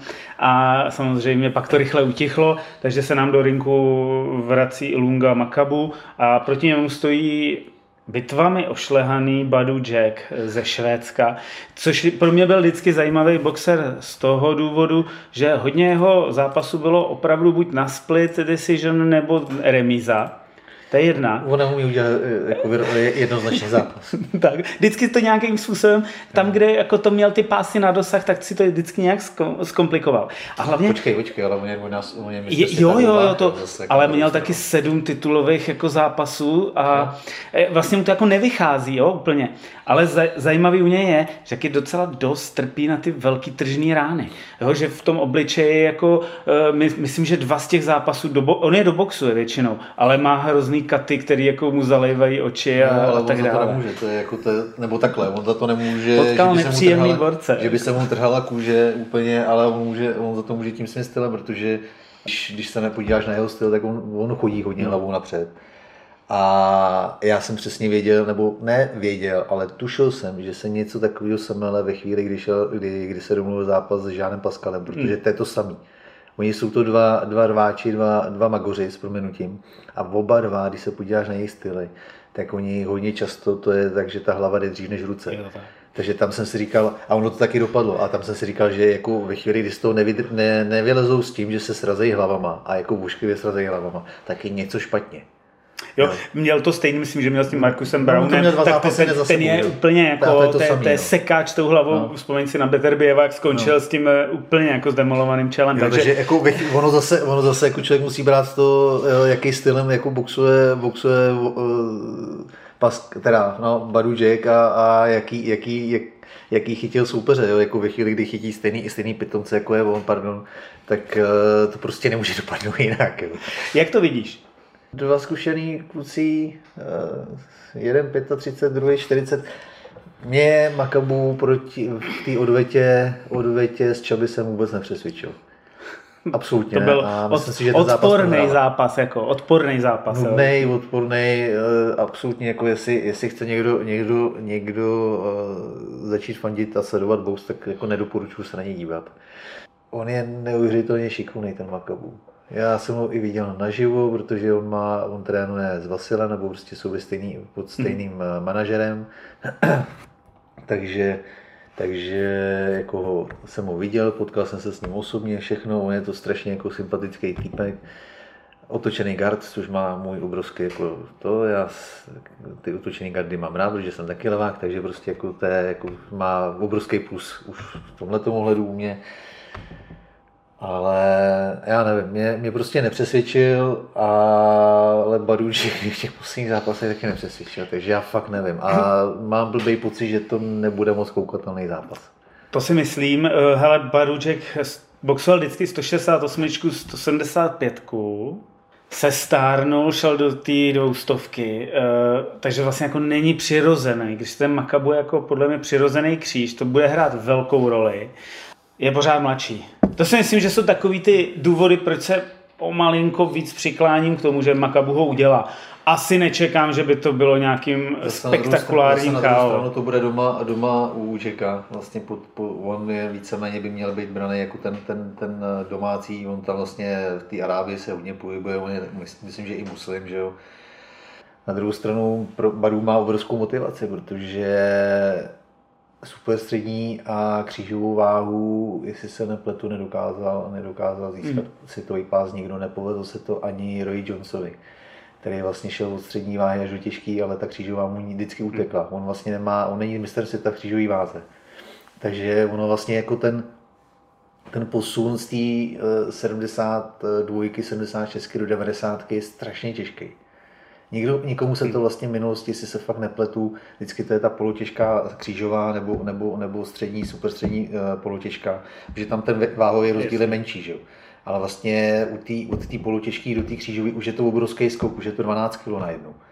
a samozřejmě pak to rychle utichlo, takže se nám do ringu vrací Ilunga Makabu a proti němu stojí bitvami ošlehaný Badu Jack ze Švédska, což pro mě byl vždycky zajímavý boxer z toho důvodu, že hodně jeho zápasů bylo opravdu buď na split decision nebo remíza. To je jedna. On umí udělat jako jednoznačný zápas. Tak, vždycky to nějakým způsobem, tam, kde jako to měl ty pásy na dosah, tak si to vždycky nějak zkomplikoval. A hlavně... Počkej, počkej, ale on nás on je je, Jo, jo, jo, to, ale měl taky sedm titulových jako zápasů a no. Vlastně mu to jako nevychází, jo, úplně. Ale zajímavý u něj je, že jak je docela dost trpí na ty velký tržní rány. Jo, že v tom obličeji jako, my, myslím, že dva z těch zápasů, do bo, on je do boxu většinou, ale má hrozný katy, který jako mu zalejvají oči a, no, ale a tak dále. To nemůže, to je jako to, nebo takhle, on za to nemůže, Potkal že by, se mu trhala, borce. že by se mu trhala kůže úplně, ale on, může, on za to může tím svým stylem, protože když, když se nepodíváš na jeho styl, tak on, on chodí hodně hlavou napřed. A já jsem přesně věděl, nebo ne věděl, ale tušil jsem, že se něco takového semele ve chvíli, kdy, šel, kdy, kdy se domluvil zápas s Jeanem Pascalem, protože to je to samý. Oni jsou to dva, dva rváči, dva, dva magoři s proměnutím a oba dva, když se podíváš na jejich styly, tak oni hodně často to je tak, že ta hlava jde dřív než ruce. Takže tam jsem si říkal, a ono to taky dopadlo, a tam jsem si říkal, že jako ve chvíli, kdy z toho nevydr, ne, nevylezou s tím, že se srazejí hlavama a jako vůžkivě srazejí hlavama, tak je něco špatně. Jo, no. Měl to stejný, myslím, že měl s tím Markusem Brownem, no, tak ten, ten, ten je úplně jako, to je, to, to je sekáč tou hlavou, no. Vzpomeň si na Beterbieva, jak skončil no. s tím úplně jako s demolovaným čelem. Jo, takže, takže jako, ono zase, ono zase jako člověk musí brát to, jaký stylem jako boxuje, boxuje uh, pas, teda, no, Badou-Jack a, a jaký, jaký, jak, jaký chytil soupeře, jo? Jako ve chvíli, kdy chytí stejný, stejný pitomce, jako je on, pardon, tak uh, to prostě nemůže dopadnout jinak. Jo? Jak to vidíš? Dva zkušený kluci, jeden třicet pět, druhý čtyřicet. Mě Makabu proti, v té odvetě, odvetě s Čabisem vůbec nepřesvědčil. Absolutně. To byl a od, si, že odporný zápas, zápas, jako odporný zápas. Nudnej, odporný, absolutně, jako jestli, jestli chce někdo, někdo, někdo uh, začít fandit a sledovat box, tak jako nedoporučuji se na něj dívat. On je neuvěřitelně šikovný, ten Makabu. Já jsem ho i viděl naživo, protože on má, on trénuje s Vasilem, nebo prostě jsou stejný, pod stejným hmm. manažerem. takže, takže jako ho, jsem ho viděl, potkal jsem se s ním osobně, všechno, on je to strašně jako sympatický týpek. Otočený gard, což má můj obrovský jako to, já ty otočený gardy mám rád, protože jsem taky levák, takže prostě jako to je, jako má obrovský plus už v tomhletom ohledu u mě. Ale já nevím, mě, mě prostě nepřesvědčil, ale Badou-Jack v těch posledních zápasech taky nepřesvědčil, takže já fakt nevím. A mám blbý pocit, že to nebude moc koukatelný zápas. To si myslím. Hele, Badou-Jack boxoval vždycky sto šedesát osm, sto sedmdesát pět, se stárnul, šel do té dvoustovky, takže vlastně jako není přirozený. Když ten Makabu jako podle mě přirozený kříž, to bude hrát velkou roli. Je pořád mladší. To si myslím, že jsou takový ty důvody, proč se pomalinko víc přikláním k tomu, že Makabu ho udělá. Asi nečekám, že by to bylo nějakým zase spektakulárním ká o. To bude doma, doma u Jacka. Vlastně pod, po, on je víceméně by měl být braný jako ten, ten, ten domácí. On tam vlastně v té Arábii se hodně pohybuje. On je, myslím, že i muslim, že jo. Na druhou stranu Badou má obrovskou motivaci, protože super střední a křížovou váhu, jestli se nepletu, nedokázal, nedokázal získat mm. světový pás, nikdo nepovedl se to ani Roy Jonesovi, který vlastně šel od střední váhy až do těžký, ale ta křížová mu vždycky utekla. On vlastně nemá, on není mistr světa v křížové váze. Takže ono vlastně jako ten, ten posun z té sedmdesát dva, sedmdesát šest do devadesát je strašně těžký. Nikdo, nikomu se to vlastně v minulosti, jestli se fakt nepletu, vždycky to je ta polotěžká křížová nebo, nebo, nebo střední, superstřední uh, polotěžká, protože tam ten váhový rozdíl je menší, že? Ale vlastně od té polotěžké do té křížové už je to obrovský skok, už je to dvanáct kilo na jednu.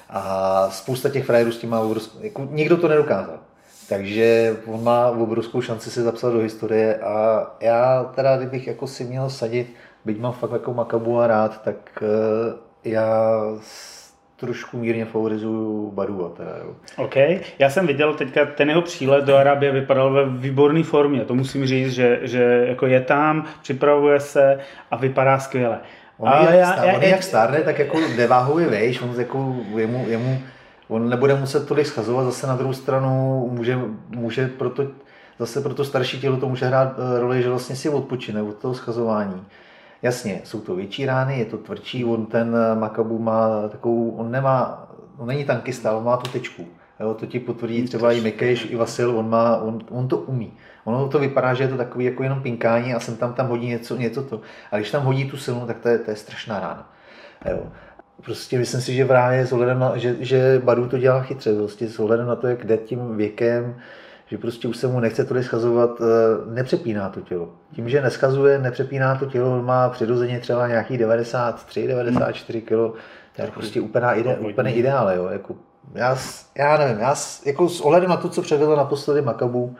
A spousta těch frajerů s tím má obrovský, jako nikdo to nedokázal. Takže on má obrovskou šanci se zapsat do historie a já teda, kdybych jako si měl sadit, byť mám fakt jako Makabu a rád, tak uh, já trošku mírně favorizuju Badua. Teda, jo. OK. Já jsem viděl teďka ten jeho přílet do Arábie vypadal ve výborné formě. To musím říct, že, že jako je tam, připravuje se a vypadá skvěle. On, ale jak, já, stár, já, on já, jak stárne, tak jako neváhově vejš, on, jako, jemu, jemu, on nebude muset tolik schazovat, zase na druhou stranu může, může proto, zase pro to starší tělo to může hrát roli, že vlastně si odpočine od toho schazování. Jasně, jsou to větší rány, je to tvrdší, on ten Makabu má takovou, on nemá, on není tankista, on má tu tečku. Jo, to ti potvrdí třeba i Mikeš, i Vasil, on, má, on, on to umí. Ono to vypadá, že je to takový jako jenom pinkání a sem tam tam hodí něco, něco to. A když tam hodí tu silu, tak to je, to je strašná rána. Jo. Prostě myslím si, že právě s ohledem na, že, že Badou to dělá chytře, prostě s ohledem na to, jak jde tím věkem, že prostě už se mu nechce tolik schazovat, nepřepíná to tělo. Tím, že neschazuje, nepřepíná to tělo, má přirozeně třeba nějaký devadesát tři, devadesát čtyři kilo, to je prostě úplně, ide, úplně ideál. Jo. Jako, já, já nevím, já jako s ohledem na to, co předvedl naposledy Makabu,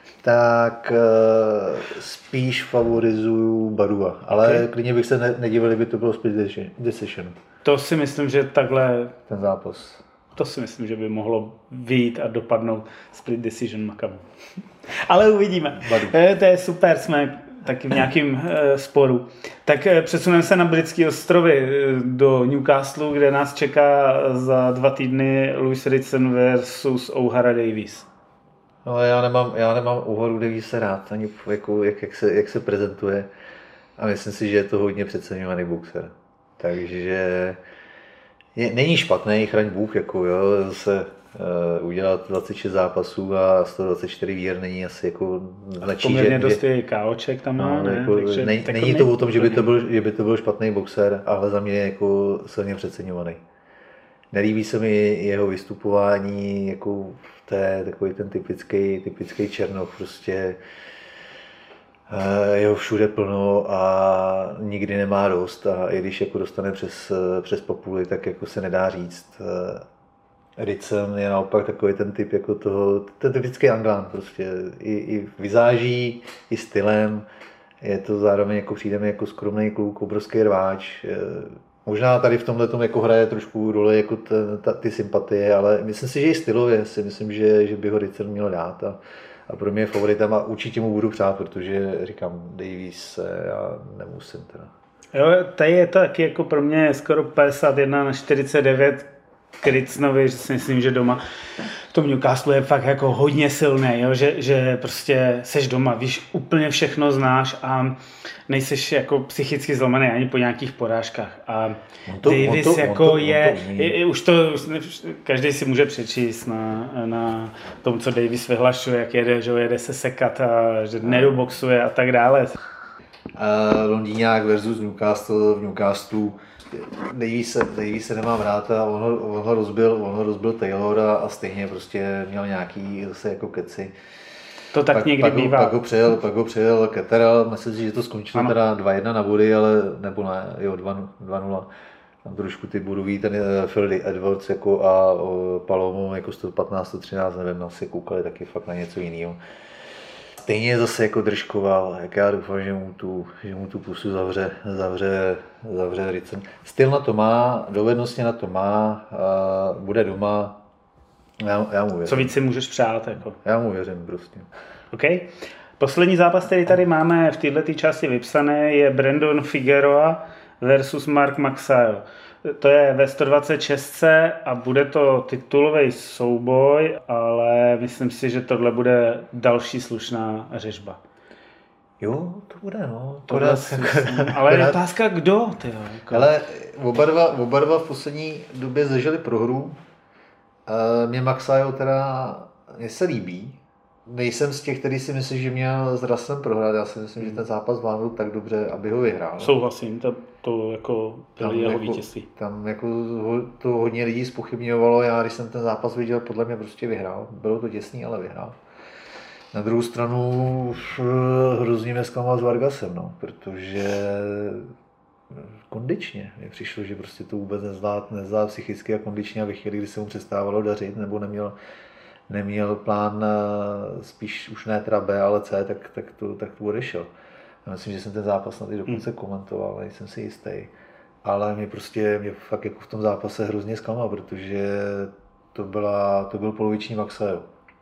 tak uh, spíš favorizuju Badua, ale okay. klidně bych se ne, nedivil, kdyby to bylo split decision. To si myslím, že takhle... Ten zápas. To si myslím, že by mohlo vyjít a dopadnout split decision Maccabi. Ale uvidíme. E, to je super, jsme taky v nějakém e, sporu. Tak e, přesuneme se na Britské ostrovy e, do Newcastle, kde nás čeká za dva týdny Lewis Ritson versus O'Hara Davies. No, já nemám, já nemám O'Haru Daviese rád, ani jako, jak, jak, se, jak se prezentuje. A myslím si, že je to hodně přeceňovaný boxer. Takže je, není špatný, chraň Bůh, jako jo, zase uh, udělat dvacet šest zápasů a sto dvacet čtyři výher není asi jako značí, že... Poměrně dost je káoček tam má, no, ne? Jako, Takže, ne, není nej, to o tom, že by to, byl, že by to byl špatný boxer, ale za mě je jako silně přeceňovaný. Nelíbí se mi jeho vystupování, jako to je takový ten typický, typický černoch, prostě jeho všude plno a nikdy nemá dost a i když jako dostane přes, přes papuli, tak jako se nedá říct. Ritson je naopak takový ten typ jako toho, ten typický Anglán prostě, i, i vizáží, i stylem, je to zároveň jako přijde mi jako skromný kluk, obrovský rváč. Možná tady v tomhle tom jako hraje trošku roli jako ten, ta, ty sympatie, ale myslím si, že i stylově si myslím, že, že by ho Ritson měl dát a, a pro mě je favoritem a určitě mu budu přát, protože říkám Davies já nemusím teda. Jo, tady je to taky jako pro mě skoro padesát jedna na čtyřicet devět k Ritsonovi, že si myslím, že doma v tom Newcastle je fakt jako hodně silný, jo? Že, že prostě seš doma, víš, úplně všechno znáš a nejseš jako psychicky zlomený ani po nějakých porážkách. A to, Davies to, jako to, je, to je, už to, každý si může přečíst na, na tom, co Davies vyhlašuje, jak jede, že jede se sekat a že nedoboxuje a tak dále. Uh, Londýňák versus Newcastle v Newcastle. Daviese, Daviese nemám rád a on ho, on ho rozbil, on ho rozbil Taylora a stejně prostě měl nějaký zase jako keci. To tak pak, někdy pak bývá. Ho, pak ho přijel, pak ho přijel Ketterel, myslím si, že to skončilo ano. Teda dva jedna na body, ale nebo ne, jo, dva nula. Tam trošku ty bodový, ten Phil Edwards jako a o, Palomo jako sto patnáct sto třináct, nevím, asi koukali taky fakt na něco jiného. Stejně zase jako držkoval, jak já doufám, že mu tu, že mu tu pusu zavře, zavře, zavře Ritson. Styl na to má, dovednosti na to má, bude doma, já, já mu věřím. Co víc si můžeš přát? Jako? Já mu věřím prostě. OK. Poslední zápas, který tady máme v této části vypsané, je Brandon Figueroa versus Mark Magsayo. To je ve sto dvacet šest a bude to titulový souboj, ale myslím si, že tohle bude další slušná řežba. Jo, to bude, no. To bude, ale je otázka, kdo, tyjo. Jako. Ale oba dva, oba dva v poslední době zažili prohru. Mě Magsayo teda, mně se líbí. Nejsem z těch, který si myslí, že měl s Russellem prohrát. Já si myslím, že ten zápas vládl tak dobře, aby ho vyhrál. Souhlasím, to, to jako bylo jeho jako, vítězství. Tam jako to hodně lidí zpochybňovalo. Já, když jsem ten zápas viděl, podle mě prostě vyhrál. Bylo to těsný, ale vyhrál. Na druhou stranu hrozně mě zklamal s Vargasem, no, protože kondičně mi přišlo, že prostě to vůbec nezvládl, nezvládl psychicky a kondičně a ve chvíli, kdy se mu přestávalo dařit, nebo neměl neměl plán spíš už ne teda B, ale C, tak, tak, to, tak to odešel. Já myslím, že jsem ten zápas na ty dokonce hmm. komentoval, nejsem si jistý. Ale mě prostě mě fakt jako v tom zápase hrozně zklamal, protože to, byla, to byl poloviční Magsayo.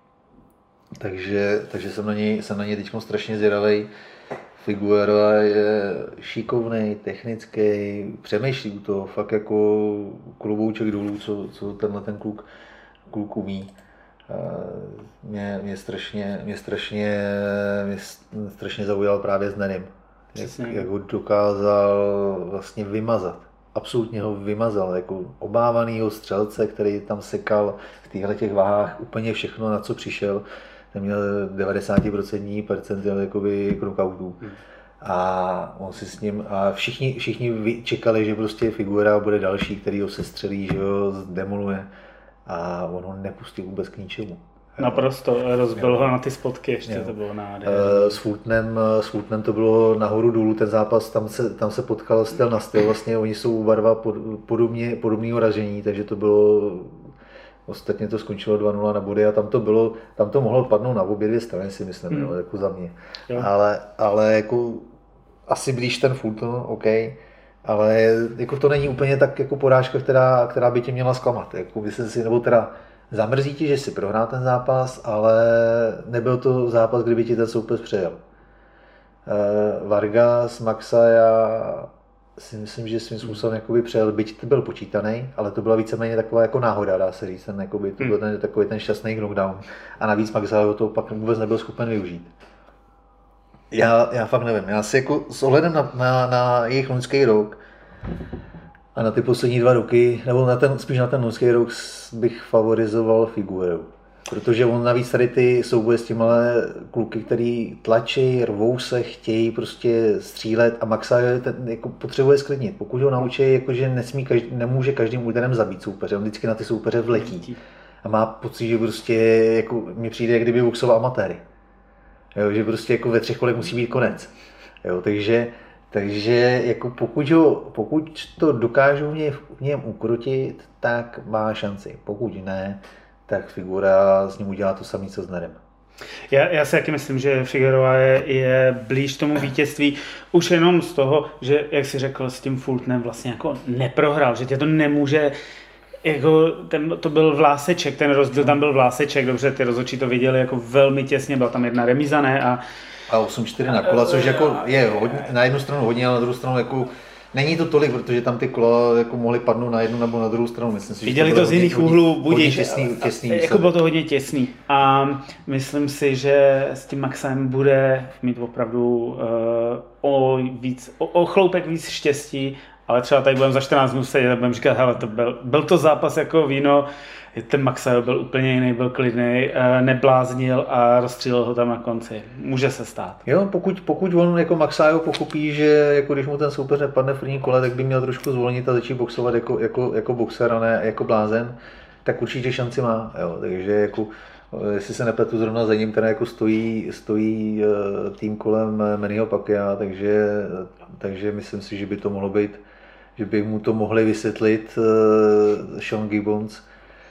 Takže, takže jsem na něj, jsem na něj teď strašně zvědavej. Figueroa je šikovnej, technický, přemýšlí u toho, fakt jako klobouček dolů, co, co tenhle ten kluk, kluk umí. Mě, mě, strašně, mě, strašně, mě strašně zaujal právě s Nenym. Jak, jak ho dokázal vlastně vymazat. Absolutně ho vymazal. Jako obávanýho střelce, který tam sekal v těchto těch váhách úplně všechno, na co přišel. Ten měl devadesát procent percentil jakoby knockoutů. Hmm. A on si s ním, a všichni, všichni čekali, že prostě Figueroa bude další, který ho sestřelí, že ho zdemoluje. A on ho nepustil vůbec k ničemu. Naprosto, rozbil ho na ty spotky ještě, jo. To bylo nádherné. S Fultonem, s Fultonem to bylo nahoru dolů ten zápas, tam se, tam se potkal styl na styl, vlastně oni jsou oba dva pod, podobně, podobného ražení, takže to bylo Ostatně to skončilo dva nula na body a tam to bylo, tam to mohlo padnout na obě dvě strany, si myslím, mm. jo, jako za mě. Ale, ale jako asi blíž ten Fulton, OK, ale jako to není úplně tak jako porážka, která, která by tě měla zklamat. Jako myslím si, nebo teda zamrzí ti, že si prohrál ten zápas, ale nebyl to zápas, kdyby ti ten soupeř přejel. Vargas, Maxa, já si myslím, že svým způsobem jakoby přejel, byť to byl počítaný, ale to byla víceméně taková jako náhoda, dá se říct, ten, jakoby, to byl ten, takový ten šťastný knockdown a navíc Maxa to pak vůbec nebyl schopen využít. Já, já fakt nevím, já si jako s ohledem na, na, na jejich loňský rok a na ty poslední dva roky, nebo na ten, spíš na ten loňský rok bych favorizoval Figueiredu. Protože on navíc tady ty souboje s těmhle kluky, který tlačí, rvou se, chtějí prostě střílet a Maxa ten, jako potřebuje sklidnit. Pokud ho naučí, jakože nesmí každý, nemůže každým úderem zabít soupeře, on vždycky na ty soupeře vletí. A má pocit, že prostě jako mi přijde, jak kdyby boxoval amatéry. Jo, že prostě jako ve třech kolech musí být konec. Jo, takže takže jako pokud, ho, pokud to dokážou v něm, v něm ukrotit, tak má šanci. Pokud ne, tak Figueroa s ním udělá to samé, co s Nerem. Já, já si taky myslím, že Figueroa je, je blíž tomu vítězství už jenom z toho, že, jak jsi řekl, s tím Fultonem vlastně jako neprohrál, že tě to nemůže, jako ten, to byl vláseček, ten rozdíl tam byl vláseček, dobře, ty rozhodčí to viděli jako velmi těsně, byla tam jedna remíza, ne? A, a osm čtyři na kola, což jako je hodně, na jednu stranu hodně, ale na druhou stranu jako není to tolik, protože tam ty kola jako mohly padnout na jednu nebo na druhou stranu. Myslím si, viděli to, to z jiných úhlů, budíš, těsný, těsný jako bylo to hodně těsný. A myslím si, že s tím Maxem bude mít opravdu uh, o, víc, o, o chloupek víc štěstí, ale třeba tady budeme za čtrnáct dnů sedět a budeme říkat, hele, to byl, byl to zápas jako víno, ten Maxajo byl úplně jiný, byl klidný, nebláznil a rozstřílel ho tam na konci. Může se stát. Jo, pokud, pokud on jako Maxajo pochopí, že jako když mu ten soupeř nepadne v první kole, tak by měl trošku zvolnit a začít boxovat jako, jako, jako boxer a ne jako blázen, tak určitě šanci má. Jo. Takže jako, jestli se nepletu, zrovna za ním ten jako stojí, stojí tým kolem Mannyho Pacquiao, takže, takže myslím si, že by to mohlo být, že by mu to mohli vysvětlit Sean Gibbons.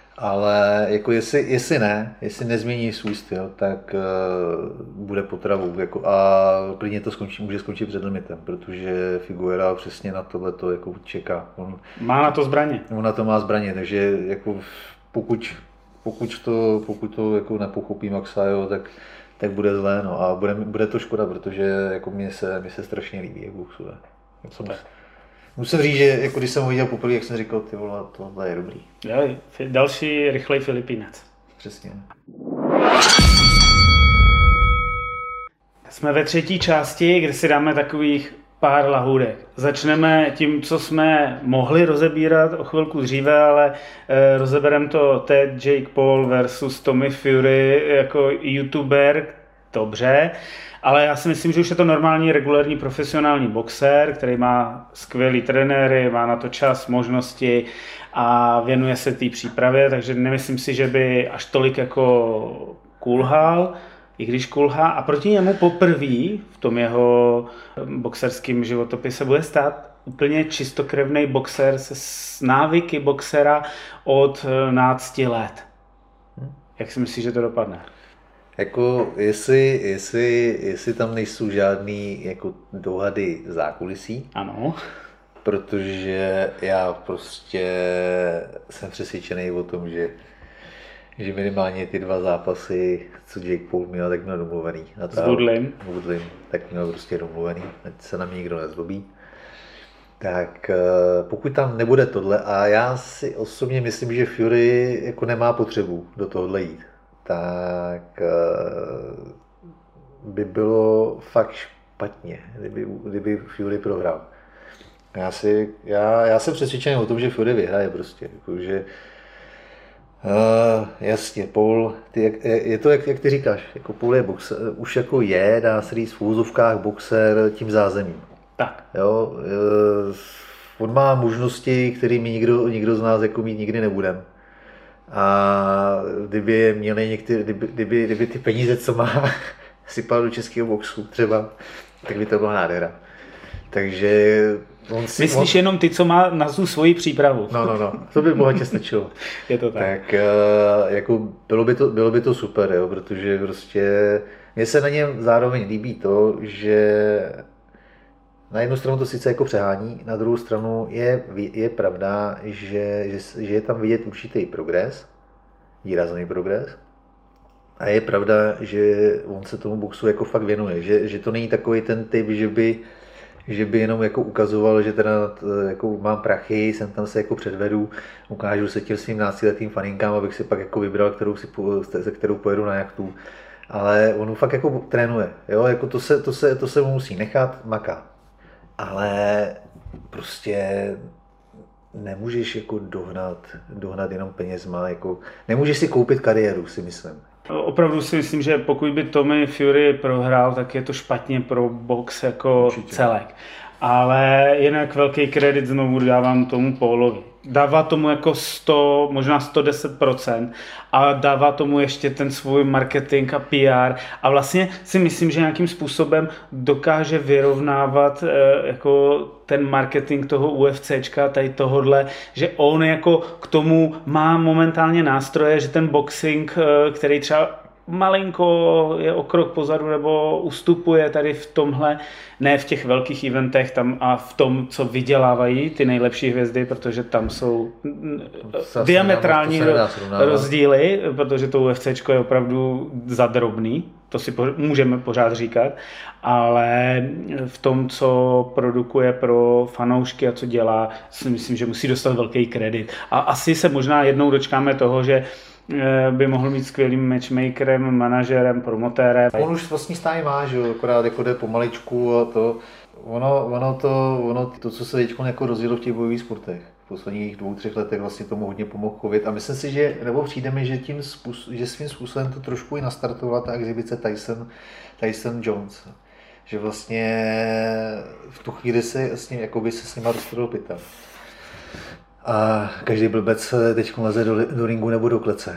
Ale jako jestli, jestli ne, jestli nezmění svůj styl, tak uh, bude potravou jako, a klidně to skončí, může skončit před limitem, protože Figueroa přesně na tohle to jako čeká. On, má na to zbraně. On na to má zbraně, takže jako pokud, pokud to, pokud to jako nepochopí Maxajo, tak, tak bude zlé, no, a bude, bude to škoda, protože jako mně se, mně se strašně líbí, jak boxuje. Musím říct, že jako když jsem ho viděl poprvé, jak jsem říkal, ty vole, tohle je dobrý. Jo, další rychlej Filipínec. Přesně. Jsme ve třetí části, kde si dáme takových pár lahůdek. Začneme tím, co jsme mohli rozebírat o chvilku dříve, ale eh, rozebereme to Ted Jake Paul versus Tommy Fury jako youtuber, dobře. Ale já si myslím, že už je to normální, regulární, profesionální boxer, který má skvělý trenéry, má na to čas, možnosti a věnuje se té přípravě, takže nemyslím si, že by až tolik jako kulhal, i když kulhá. A proti němu poprvé v tom jeho boxerském životopise bude stát úplně čistokrevný boxer se návyky boxera od nácti let. Jak si myslíš, že to dopadne? Jako, jestli, jestli, jestli tam nejsou žádný jako dohady zákulisí. Ano. Protože já prostě jsem přesvědčený o tom, že, že minimálně ty dva zápasy, co Jake Paul měl, tak měl domluvený. S Woodleym. Woodleym, tak měl prostě domluvený, ať se na mě nikdo nezlobí. Tak pokud tam nebude tohle, a já si osobně myslím, že Fury jako nemá potřebu do tohohle jít, tak by bylo fakt špatně, kdyby, kdyby Fury prohrál. Já, si, já, já jsem přesvědčený o tom, že Fury vyhraje prostě, že uh, jasně, Paul, ty, jak, je to, jak, jak ty říkáš, jako Paul je boxer, už jako je, dá se říct v úzovkách boxer tím zázemím. Tak. Jo, uh, on má možnosti, kterými nikdo, nikdo z nás jako mít nikdy nebudeme. A kdyby měli některé, kdyby, kdyby, kdyby ty peníze, co má, sypal do českého boxu třeba, tak by to byla nádhera. Takže on si, Myslíš on... jenom ty, co má na tu svoji přípravu. No, no, no, to by bohatě stačilo. Je to tak. Tak jako bylo by to, bylo by to super, jo, protože prostě mně se na něm zároveň líbí to, že na jednu stranu to sice jako přehání, na druhou stranu je, je pravda, že, že, že je tam vidět určitý progres, výrazný progres. A je pravda, že on se tomu boxu jako fakt věnuje, že, že to není takový ten typ, že by, že by jenom jako ukazoval, že teda jako mám prachy, jsem tam se jako předvedu, ukážu se těm svým náctiletým faninkám, abych si pak jako vybral, kterou si, se kterou pojedu na jachtu. Ale on fakt jako trénuje, jo? Jako to, se, to, se, to se mu musí nechat, maká. Ale prostě nemůžeš jako dohnat, dohnat jenom penězma, jako nemůžeš si koupit kariéru, si myslím. Opravdu si myslím, že pokud by Tommy Fury prohrál, tak je to špatně pro box jako Určitě. celek. Ale jinak velký kredit znovu dávám tomu Paulovi. Dává tomu jako sto, možná sto deset procent a dává tomu ještě ten svůj marketing a P R a vlastně si myslím, že nějakým způsobem dokáže vyrovnávat eh, jako ten marketing toho UFCčka, tady tohodle, že on jako k tomu má momentálně nástroje, že ten boxing, eh, který třeba malinko je o krok pozadu nebo ustupuje tady v tomhle, ne v těch velkých eventech tam a v tom, co vydělávají ty nejlepší hvězdy, protože tam jsou Zase diametrální nedá, to rozdíly, protože to UFCčko je opravdu zadrobný, to si po, můžeme pořád říkat, ale v tom, co produkuje pro fanoušky a co dělá, si myslím, že musí dostat velký kredit. A asi se možná jednou dočkáme toho, že by mohl být skvělým matchmakerem, manažerem, promotérem. On už vlastně stále má, že jo, akorát jako jde pomaličku a to. Ono, ono, to, ono to, co se teď jako rozjelo v těch bojových sportech. V posledních dvou, třech letech vlastně tomu hodně pomohl covid. A myslím si, že, nebo přijde mi, že, tím způsob, že svým způsobem to trošku i nastartovala ta exibice Tyson, Tyson Jones. Že vlastně v tu chvíli se vlastně, jakoby se s nima roztrhl pytel. A každý blbec teď leze do, do ringu nebo do klece.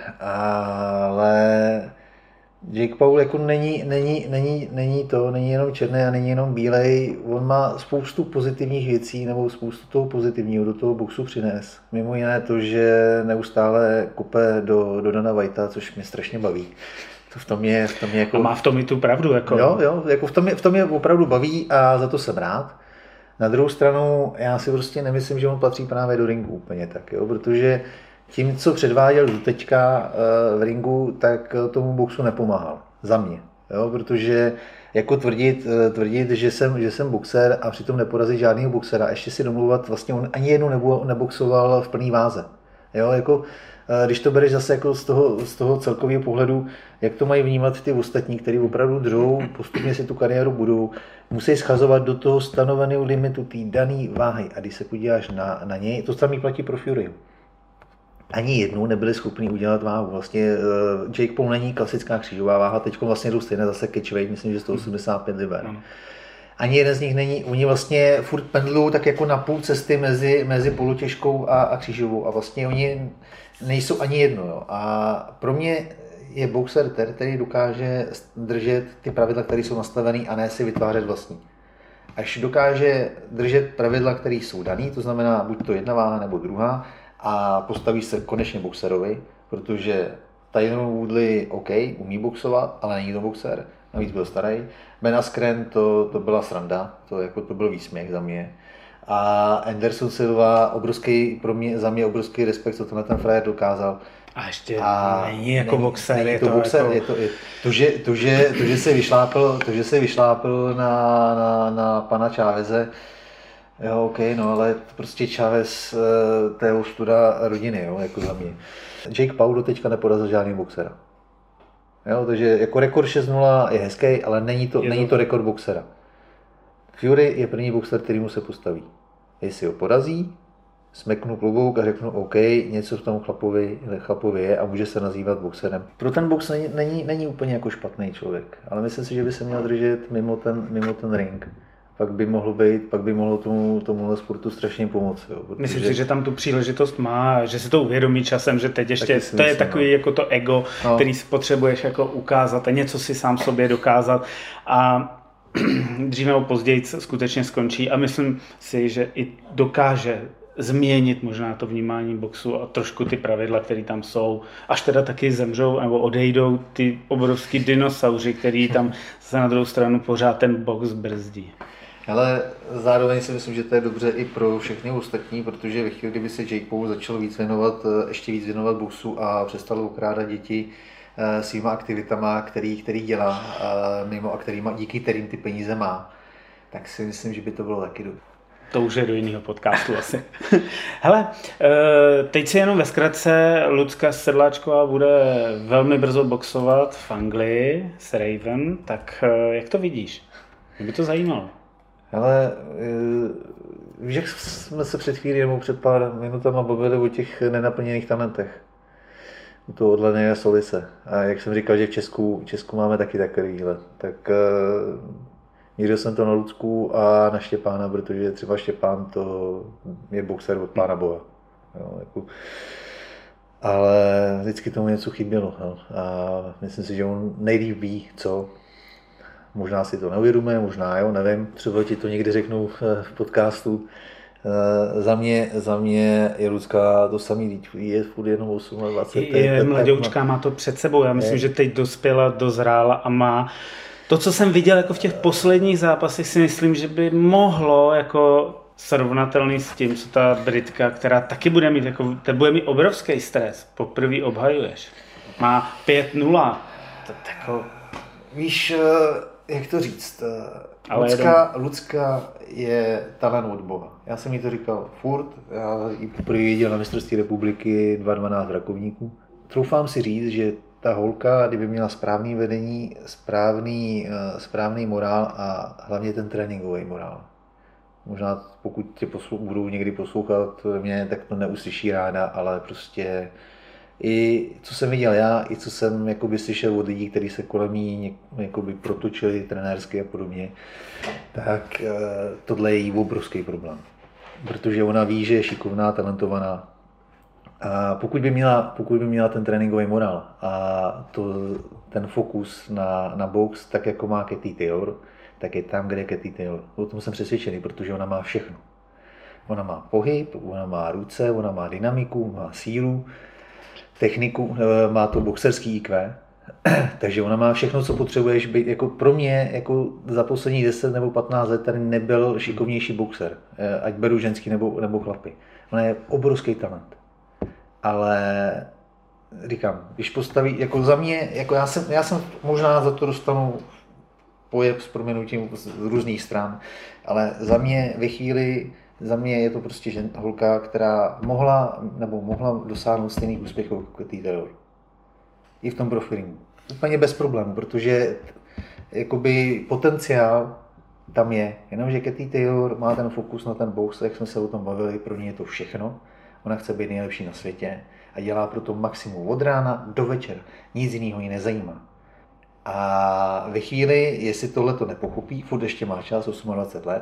Ale Jake Paul jako není, není, není, není to, není jenom černý a není jenom bílej. On má spoustu pozitivních věcí nebo spoustu toho pozitivního do toho boxu přines. Mimo jiné to, že neustále kupe do, do Dana Whitea, což mě strašně baví. To v tom je, v tom je jako... A má v tom i tu pravdu. Jako... Jo, jo, jako v tom, je, v tom je opravdu baví a za to jsem rád. Na druhou stranu, já si prostě nemyslím, že on patří právě do ringu úplně tak, jo, protože tím, co předváděl do teďka v ringu, tak tomu boxu nepomáhal, za mě, jo, protože jako tvrdit, tvrdit že, jsem, že jsem boxer a přitom neporazit žádného boxera, ještě si domluvat, vlastně on ani jednou nebo, neboxoval v plný váze, jo, jako když to bereš zase jako z toho, z toho celkového pohledu, jak to mají vnímat ty ostatní, kteří opravdu dřou, postupně si tu kariéru budou, musí schazovat do toho stanoveného limitu té dané váhy. A když se podíváš na, na něj, to samé platí pro Fury. Ani jednou nebyli schopni udělat váhu. Vlastně uh, Jake Paul není klasická křížová váha, teď vlastně jdou stejné zase catchweight, myslím, že sto osmdesát pět liber. Mm. Ani jeden z nich není, oni vlastně furt pendlují tak jako na půl cesty mezi, mezi polotěžkou a, a křížovou. A vlastně oni nejsou ani jedno. Jo. A pro mě je boxer ten, který dokáže držet ty pravidla, které jsou nastavené a ne si vytvářet vlastní. Až dokáže držet pravidla, které jsou dané, to znamená buď to jedna váha nebo druhá, a postaví se konečně boxerovi, protože Tyron Woodley OK, umí boxovat, ale není to boxer, navíc byl starý. Ben Askren to, to byla sranda, to, jako, to byl výsměch za mě. A Anderson Silva, obrovský, pro mě, za mě obrovský respekt, co tenhle ten frajer dokázal. A ještě a není jako není, boxer. Není je to, to boxer, jako... je to, je, to, že, to, že, to, že se vyšlápl, to, že se vyšlápl na, na, na pana Cháveze, jo, OK, no, ale prostě Chávez, to je ostuda rodiny, jo, jako za mě. Jake Paul do teďka neporazil žádný boxera. Jo, takže jako rekord šest nula je hezký, ale není to, není to rekord boxera. Fury je první boxer, který mu se postaví. Jestli ho porazí, smeknu klobouk a řeknu OK, něco v tom chlapovi, chlapovi je a může se nazývat boxerem. Pro ten box není, není, není úplně jako špatný člověk, ale myslím si, že by se měl držet mimo ten, mimo ten ring. Pak by mohlo být, pak by mohlo tomu, tomuhle sportu strašně pomoct. Jo, protože... Myslím si, že tam tu příležitost má, že si to uvědomí časem, že teď ještě, to myslím, je takový no. jako to ego, no. který si potřebuješ jako ukázat a něco si sám sobě dokázat. A dříve nebo později skutečně skončí a myslím si, že i dokáže změnit možná to vnímání boxu a trošku ty pravidla, které tam jsou, až teda taky zemřou nebo odejdou ty obrovský dinosauři, který tam se na druhou stranu pořád ten box brzdí. Ale zároveň si myslím, že to je dobře i pro všechny ostatní, protože ve chvíli, kdyby se Jake Paul začal víc věnovat, ještě víc věnovat boxu a přestal okrádat děti svýma aktivitama, který, který dělá mimo a kterýma, díky kterým ty peníze má, tak si myslím, že by to bylo taky dobré. To už je do jiného podcastu asi. Hele, teď si jenom ve zkratce, Lucka Sedláčková bude velmi brzo boxovat v Anglii s Raven, tak jak to vidíš? Mě by to zajímalo. Ale víš, jak jsme se před chvílí nebo před pár minutama bavili o těch nenaplněných talentech. U toho od Leneja Solise. A jak jsem říkal, že v Česku, v Česku máme taky takovýhle. Tak mířil jsem to na Lucku a na Štěpána, protože třeba Štěpán to je boxer od Pána Boha. Jo, jako, ale vždycky tomu něco chybělo. No. A myslím si, že on nejlíp ví, co. Možná si to neuvědomuje, možná jo, nevím. Třeba ti to někdy řeknu v podcastu. Za mě, za mě je Lucka to samý, je furt jenom dvacet osm. Je mladoučka, má to před sebou. Já myslím, je. že teď dospěla, dozrála a má to, co jsem viděl jako v těch posledních zápasech, si myslím, že by mohlo jako srovnatelný s tím, co ta Britka, která taky bude mít, jako, to bude mít obrovský stres, poprvé obhajuješ. Má pět nula. To tako... Víš, jak to říct, Lucka, Lucka je talent od Boha. Já jsem jí to říkal furt, já ji poprvé viděl na mistrovství republiky dvacet dvanáct v Rakovníku. Troufám si říct, že ta holka, kdyby měla správný vedení, správný, správný morál a hlavně ten tréninkový morál. Možná pokud tě poslou, budou někdy poslouchat mě, tak to neuslyší ráda, ale prostě i co jsem viděl já, i co jsem jakoby slyšel od lidí, kteří se kolem ní jakoby protočili trenérsky a podobně, tak tohle je jí obrovský problém. Protože ona ví, že je šikovná, talentovaná. A pokud by měla, pokud by měla ten tréninkový morál a to, ten fokus na, na box, tak jako má Katie Taylor, tak je tam, kde je Katie Taylor. O tom jsem přesvědčený, protože ona má všechno. Ona má pohyb, ona má ruce, ona má dynamiku, má sílu, techniku, má to boxerský í kvé, takže ona má všechno, co potřebuješ být. Jako pro mě jako za posledních deset nebo patnáct let tady nebyl šikovnější boxer, ať beru ženský nebo, nebo chlapy. Ona je obrovský talent. Ale říkám, když postaví, jako za mě, jako já jsem, já jsem možná za to dostanu pojeb s proměnutím z různých stran, ale za mě ve chvíli, za mě je to prostě žen, holka, která mohla, nebo mohla dosáhnout stejných úspěchů jako Katie Taylor. I v tom profilingu. Úplně bez problémů, protože jakoby potenciál tam je, jenomže Katie Taylor má ten fokus na ten box, jak jsme se o tom bavili, pro ní je to všechno. Ona chce být nejlepší na světě a dělá pro to maximum od rána do večera. Nic jiného ji nezajímá. A ve chvíli, jestli tohle to nepochopí, furt ještě má čas, dvacet osm let,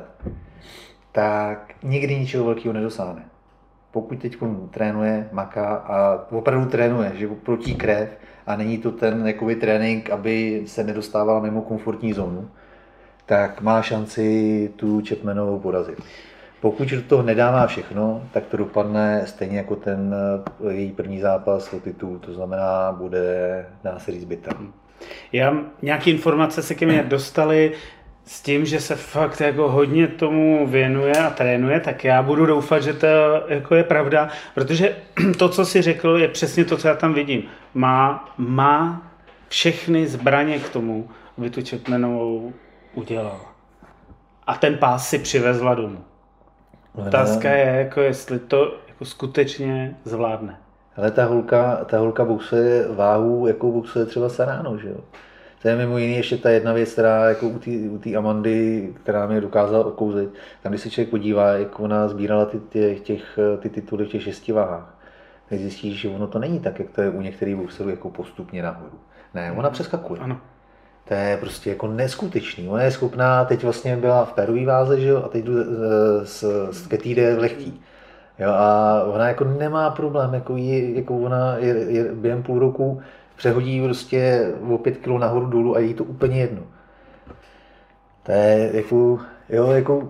tak nikdy ničeho velkého nedosáhne. Pokud teď trénuje, maká a opravdu trénuje, že protí krev a není to ten jakoby, trénink, aby se nedostávala mimo komfortní zónu, tak má šanci tu Chapmanovou porazit. Pokud do toho nedává všechno, tak to dopadne stejně jako ten její první zápas o titul, to znamená, bude, dá se říct, bita. Já nějaké informace se ke mně dostaly s tím, že se fakt jako hodně tomu věnuje a trénuje, tak já budu doufat, že to jako je pravda, protože to, co jsi řekl, je přesně to, co já tam vidím. Má, má všechny zbraně k tomu, aby tu Chapmanovou udělala. A ten pás si přivezla domů. Otázka je, jako jestli to jako skutečně zvládne. Ale ta holka, ta holka boxuje váhu, jako boxuje třeba Serrano, že jo? To je mimo jiný ještě ta jedna věc, která jako u té Amandy, která mě dokázala okouzlit. Tam, když se člověk podívá, jak ona sbírala ty, ty, těch, ty tituly v těch šesti váhách, tak zjistíš, že ono to není tak, jak to je u některých boxerů jako postupně nahoru. Ne, ona přeskakuje. Ano. To je prostě jako neskutečný. Ona je schopná, teď vlastně byla v pérový váze, že jo, a teď jdu s, s Katie v lehký. Jo, a ona jako nemá problém, jako, je, jako ona je, je během půl roku přehodí prostě o pět kilo nahoru dolů a jí to úplně jedno. To je jako, jo, jako,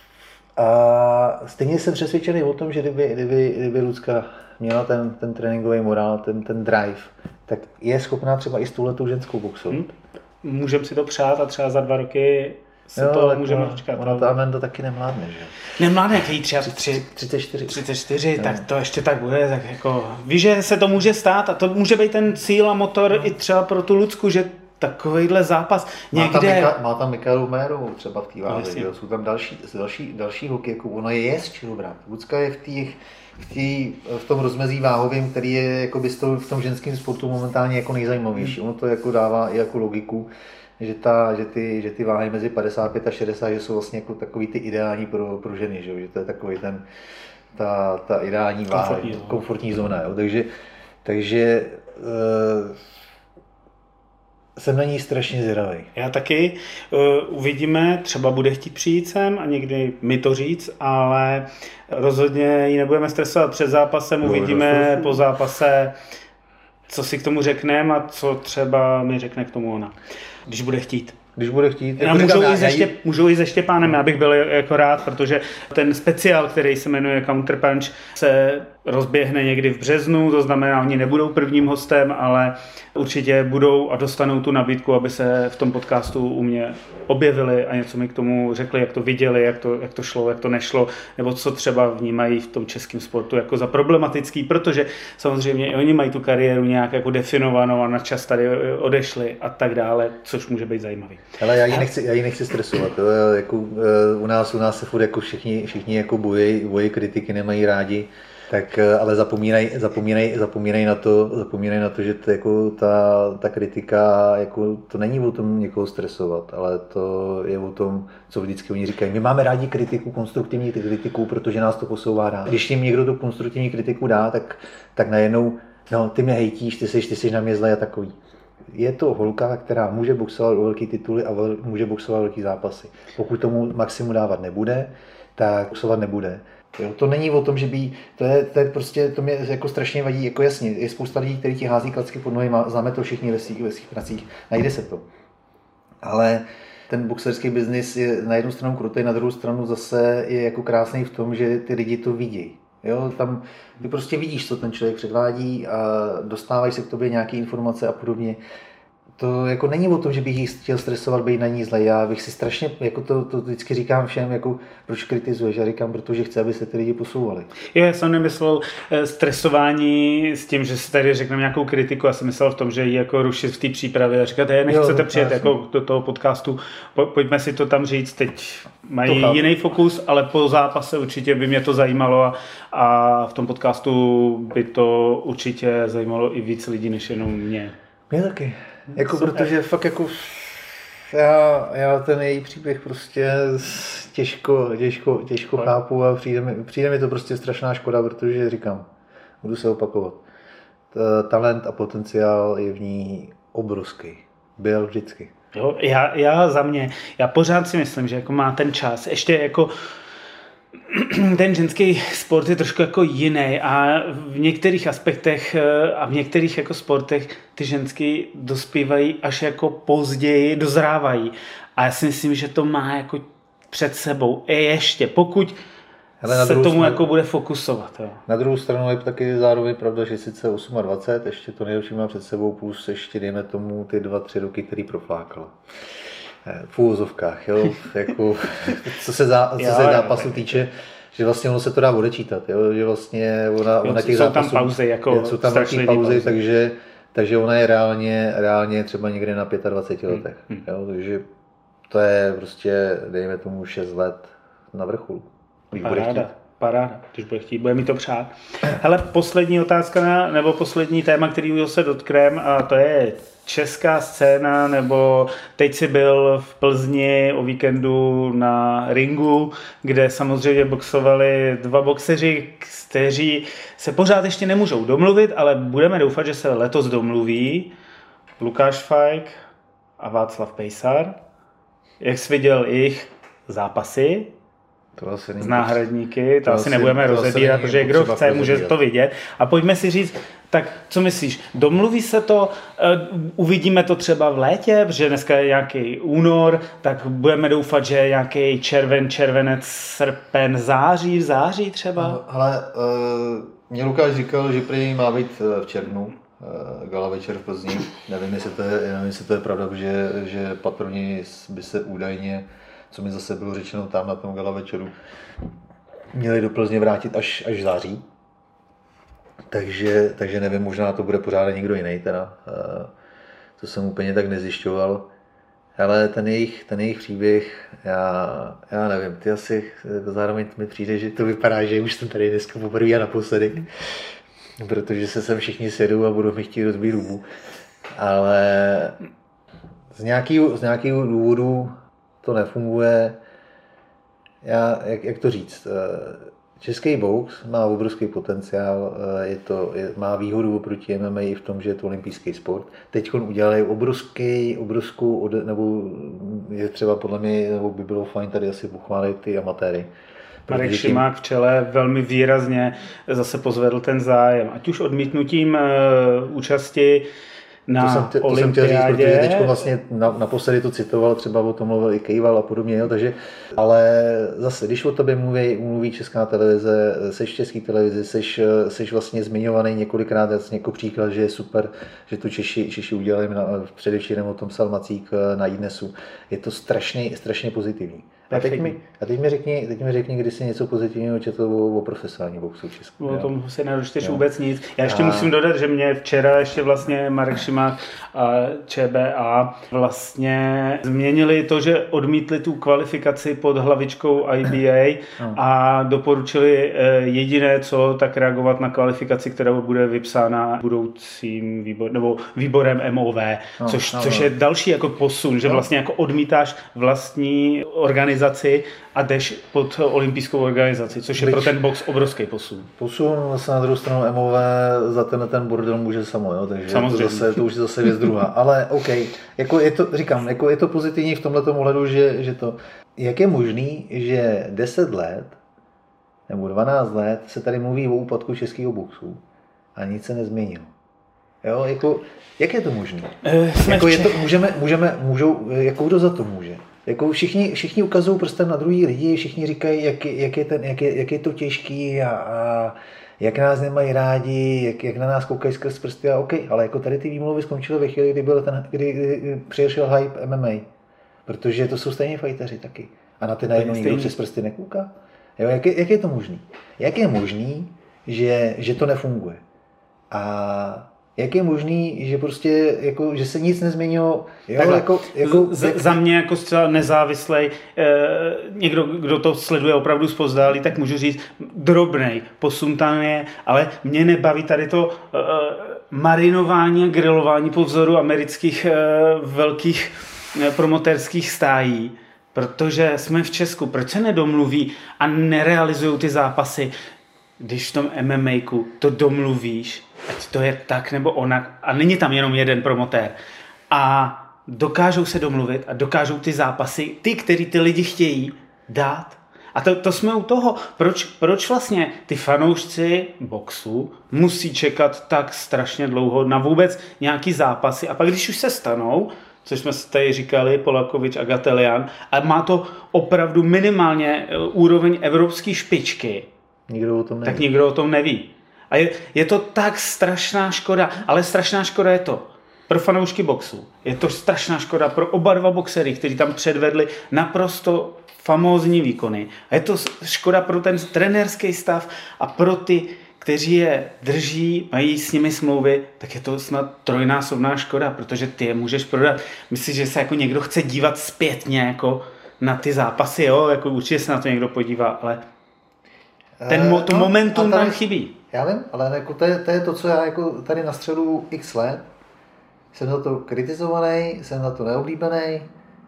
a stejně jsem přesvědčený o tom, že kdyby, kdyby, kdyby Lucka měla ten, ten tréninkový morál, ten, ten drive, tak je schopná třeba i s touhletou ženskou boxovat. Hmm. Můžeme si to přát a třeba za dva roky se jo, to můžeme dočkat. Ona ta Amanda taky nemládne, že? Nemládne, jak jí třeba třicet čtyři. třicet čtyři, no. Tak to ještě tak bude, tak jako, víš, že se to může stát a to může být ten cíl a motor no. i třeba pro tu Lucku, že takovýhle zápas někde... Má tam, Mika, má tam Mikaelu Mérovou třeba v té váze, no, jsou tam další, další, další holky, jako ono je jest dobrá. Lucka je v, tý, v, tý, v tom rozmezí váhovým, který je jakoby v tom ženském sportu momentálně jako nejzajímavější. Ono to jako dává i jako logiku, že, ta, že, ty, že ty váhy mezi padesát pět a šedesát že jsou vlastně jako takový ty ideální pro, pro ženy, že, že to je takový ten, ta, ta ideální váha, komfortní, komfortní zóna. Jo. Takže, takže uh, jsem na ní strašně zvědavý. Já taky. Uh, uvidíme, třeba bude chtít přijít sem a někdy mi to říct, ale rozhodně ji nebudeme stresovat před zápasem, uvidíme no, po zápase, co si k tomu řekneme a co třeba mi řekne k tomu ona, když bude chtít. Když bude chtít. Já můžou, já, i ze Štěp, můžou i se Štěpánem, já bych byl jako rád, protože ten speciál, který se jmenuje Counter Punch, se rozběhne někdy v březnu, to znamená, oni nebudou prvním hostem, ale určitě budou a dostanou tu nabídku, aby se v tom podcastu u mě objevili a něco mi k tomu řekli, jak to viděli, jak to, jak to šlo, jak to nešlo, nebo co třeba vnímají v tom českém sportu jako za problematický, protože samozřejmě i oni mají tu kariéru nějak jako definovanou a na čas tady odešli a tak dále, což může být zajímavý. Ale já ji nechci, já ji nechci stresovat, jo? Jako, u nás, u nás se furt jako všichni, všichni jako bojí, bojí kritiky, nemají rádi. Tak, ale zapomínají zapomínej, zapomínej na to, zapomínají na to, že to, jako ta, ta kritika, jako, to není o tom někoho stresovat, ale to je o tom, co vždycky oni říkají. My máme rádi kritiku, konstruktivní kritiku, protože nás to posouvá dál. Když jim někdo tu konstruktivní kritiku dá, tak, tak najednou, no, ty mě hejtíš, ty jsi, ty jsi na mě zlej a takový. Je to holka, která může boxovat o velký tituly a může boxovat velký zápasy. Pokud tomu maximu dávat nebude, tak boxovat nebude. Jo, to není o tom, že by, to je, to je prostě, to mě jako strašně vadí, jako jasně, je spousta lidí, kteří ti hází klacky pod nohy, známe to všichni ve svých, ve svých pracích, najde se to. Ale ten boxerský biznis je na jednu stranu krutý, na druhou stranu zase je jako krásný v tom, že ty lidi to vidí. Jo, tam ty prostě vidíš, co ten člověk předvádí a dostávají se k tobě nějaké informace a podobně. To jako není o tom, že bych jí chtěl stresovat, být na ní zlej. Já bych si strašně, jako to, to vždycky říkám všem, jako proč kritizuješ? Já říkám, protože chci, aby se ty lidi posouvali. Jo, já jsem nemyslel stresování s tím, že si tady řekneme nějakou kritiku. Já jsem myslel v tom, že ji jako rušit v té přípravě a říkat, hej, nechcete jo, přijet jako do toho podcastu, pojďme si to tam říct, teď mají jiný fokus, ale po zápase určitě by mě to zajímalo a, a v tom podcastu by to určitě zajímalo i víc lidí, než jenom mě. Mě taky. Jako, protože fakt jako já, já ten její příběh prostě těžko, těžko, těžko chápu a přijde mi, přijde mi to prostě strašná škoda, protože říkám, budu se opakovat. Talent a potenciál je v ní obrovský. Byl vždycky. Jo, já, já za mě, já pořád si myslím, že jako má ten čas, ještě jako ten ženský sport je trošku jako jiný a v některých aspektech a v některých jako sportech ty ženský dospívají až jako později, dozrávají. A já si myslím, že to má jako před sebou i ještě, pokud se tomu stranu, jako bude fokusovat. Jo. Na druhou stranu je taky zároveň pravda, že sice dvacet osm, ještě to nejlepší má před sebou, plus ještě dejme tomu ty dva, tři roky, který proflákala. V úvozovkách, jo, jako, co se, zá, co se zápasu týče, že vlastně ono se to dá odečítat, jo, že vlastně ona, ona těch jsou zápasů, tam pauzy, jako jsou tam velké pauzy, takže, takže ona je reálně, reálně třeba někde na dvacet pět letech, hmm. jo, takže to je prostě, dejme tomu šest let na vrcholu. Paráda, paráda, když bude chtít, bude mi to přát. Hele, poslední otázka, na, nebo poslední téma, který se dotknem, a to je česká scéna, nebo teď si byl v Plzni o víkendu na ringu, kde samozřejmě boxovali dva boxeři, kteří se pořád ještě nemůžou domluvit, ale budeme doufat, že se letos domluví. Lukáš Fajk a Václav Pejsar. Jak jsi viděl jejich zápasy z náhradníky, to, to asi nebudeme rozebírat, protože kdo chce, může to vidět. A pojďme si říct, Tak co myslíš, domluví se to, uvidíme to třeba v létě, protože dneska je nějaký únor, tak budeme doufat, že je nějaký červen, červenec, srpen, září, v září třeba? Ale uh, mě Lukáš říkal, že prý má být v červnu, uh, gala večer v Plzni. Nevím, jestli to je, nevím, jestli to je pravda, že, že patroni by se údajně, co mi zase bylo řečeno tam na tom gala večeru, měli do Plzně vrátit až, až v září. Takže, takže nevím, možná to bude pořádat někdo jiný teda. To jsem úplně tak nezjišťoval. Ale ten jejich, ten jejich příběh, já, já nevím, ty asi zároveň mi přijde, že to vypadá, že už jsem tady dneska poprvé a naposledy, protože se sem všichni sjedou a budou mi chtít rozbít hubu. Ale z nějakého, z nějakého důvodu to nefunguje. Já, jak, jak to říct? Český box má obrovský potenciál, je to, je, má výhodu oproti M M A i v tom, že je to olympijský sport. Teď udělají obrovský, obrovskou, nebo je třeba podle mě, nebo by bylo fajn tady asi pochválit ty amatéry. Marek Šimák v čele velmi výrazně zase pozvedl ten zájem, ať už odmítnutím uh, účasti na to jsem, tě, to jsem chtěl říct, protože teď vlastně naposledy to citoval, třeba o tom mluvil i Kejval a podobně, jo, takže, ale zase, když o tobě mluví, mluví Česká televize, seš v České televizi, seš, seš vlastně zmiňovaný několikrát, jako příklad, že je super, že to Češi, Češi udělali na, především o tom Salmacík na iDnesu, je to strašně, strašně pozitivní. A teď, mi, a teď mi řekni, teď mi řekni, kdy jsi něco pozitivního četl o, o profesionální boxu v Česku. O tom si nedočteš vůbec nic. Já ještě a... musím dodat, že mě včera ještě vlastně Marek Šimák a Č B A vlastně změnili to, že odmítli tu kvalifikaci pod hlavičkou I B A no. a doporučili jediné co, tak reagovat na kvalifikaci, která bude vypsána budoucím výbor, nebo výborem M O V, no, což, no, což no. je další jako posun, že no. vlastně jako odmítáš vlastní organizaci a jdeš pod olympijskou organizaci, což je Byč. pro ten box obrovský posun. Posun se na druhou stranu M O V za ten, ten bordel může samo, jo? Takže to, zase, to už je zase věc druhá. Ale OK, jako je to, říkám, jako je to pozitivní v tomhletom ohledu, že, že to, jak je možný, že deset let nebo dvanáct let se tady mluví o úpadku českého boxu a nic se nezměnilo. Jo, jako, jak je to možné? Uh, jako je to, můžeme, můžeme, můžou, jako kdo za to může? Jako všichni, všichni ukazují prstem na druhý lidi, všichni říkají, jak, jak, je, ten, jak, je, jak je to těžký a, a jak nás nemají rádi, jak, jak na nás koukají skrz prsty a OK, ale jako tady ty výmluvy skončily ve chvíli, kdy, byl ten, kdy, kdy přišel hype M M A, protože to jsou stejně fajteři taky a na ty najednou nikdo přes prsty nekouká. Jo, jak, je, jak je to možný? Jak je možný, že, že to nefunguje? A jak je možný, že prostě jako, že se nic nezměnilo? Jo, jako, jako, z, jak... Za mě jako zcela nezávislej, eh, někdo, kdo to sleduje opravdu zpozdálí, tak můžu říct drobnej, posun tam je, ale mě nebaví tady to eh, marinování a grilování po vzoru amerických eh, velkých eh, promotérských stájí. Protože jsme v Česku, proč se nedomluví a nerealizují ty zápasy, když v tom M M A ku to domluvíš, ať to je tak nebo onak, a není tam jenom jeden promotér, a dokážou se domluvit a dokážou ty zápasy, ty, který ty lidi chtějí, dát. A to, to jsme u toho, proč, proč vlastně ty fanoušci boxu musí čekat tak strašně dlouho na vůbec nějaký zápasy, a pak když už se stanou, což jsme tady říkali, Polakovič a Gatelian, a má to opravdu minimálně úroveň evropské špičky, nikdo o tom neví. tak nikdo o tom neví. A je, je to tak strašná škoda, ale strašná škoda je to pro fanoušky boxu. Je to strašná škoda pro oba dva boxery, kteří tam předvedli naprosto famózní výkony. A je to škoda pro ten trenérský stav a pro ty, kteří je drží, mají s nimi smlouvy, tak je to snad trojnásobná škoda, protože ty je můžeš prodat. Myslíš, že se jako někdo chce dívat zpětně jako na ty zápasy, jo? Jako určitě se na to někdo podívá, ale ten, to no, momentum tady, tam chybí. Já vím, ale jako to, je, to je to, co já jako tady na středu x let. Jsem za to kritizovaný, jsem za to neoblíbený. E,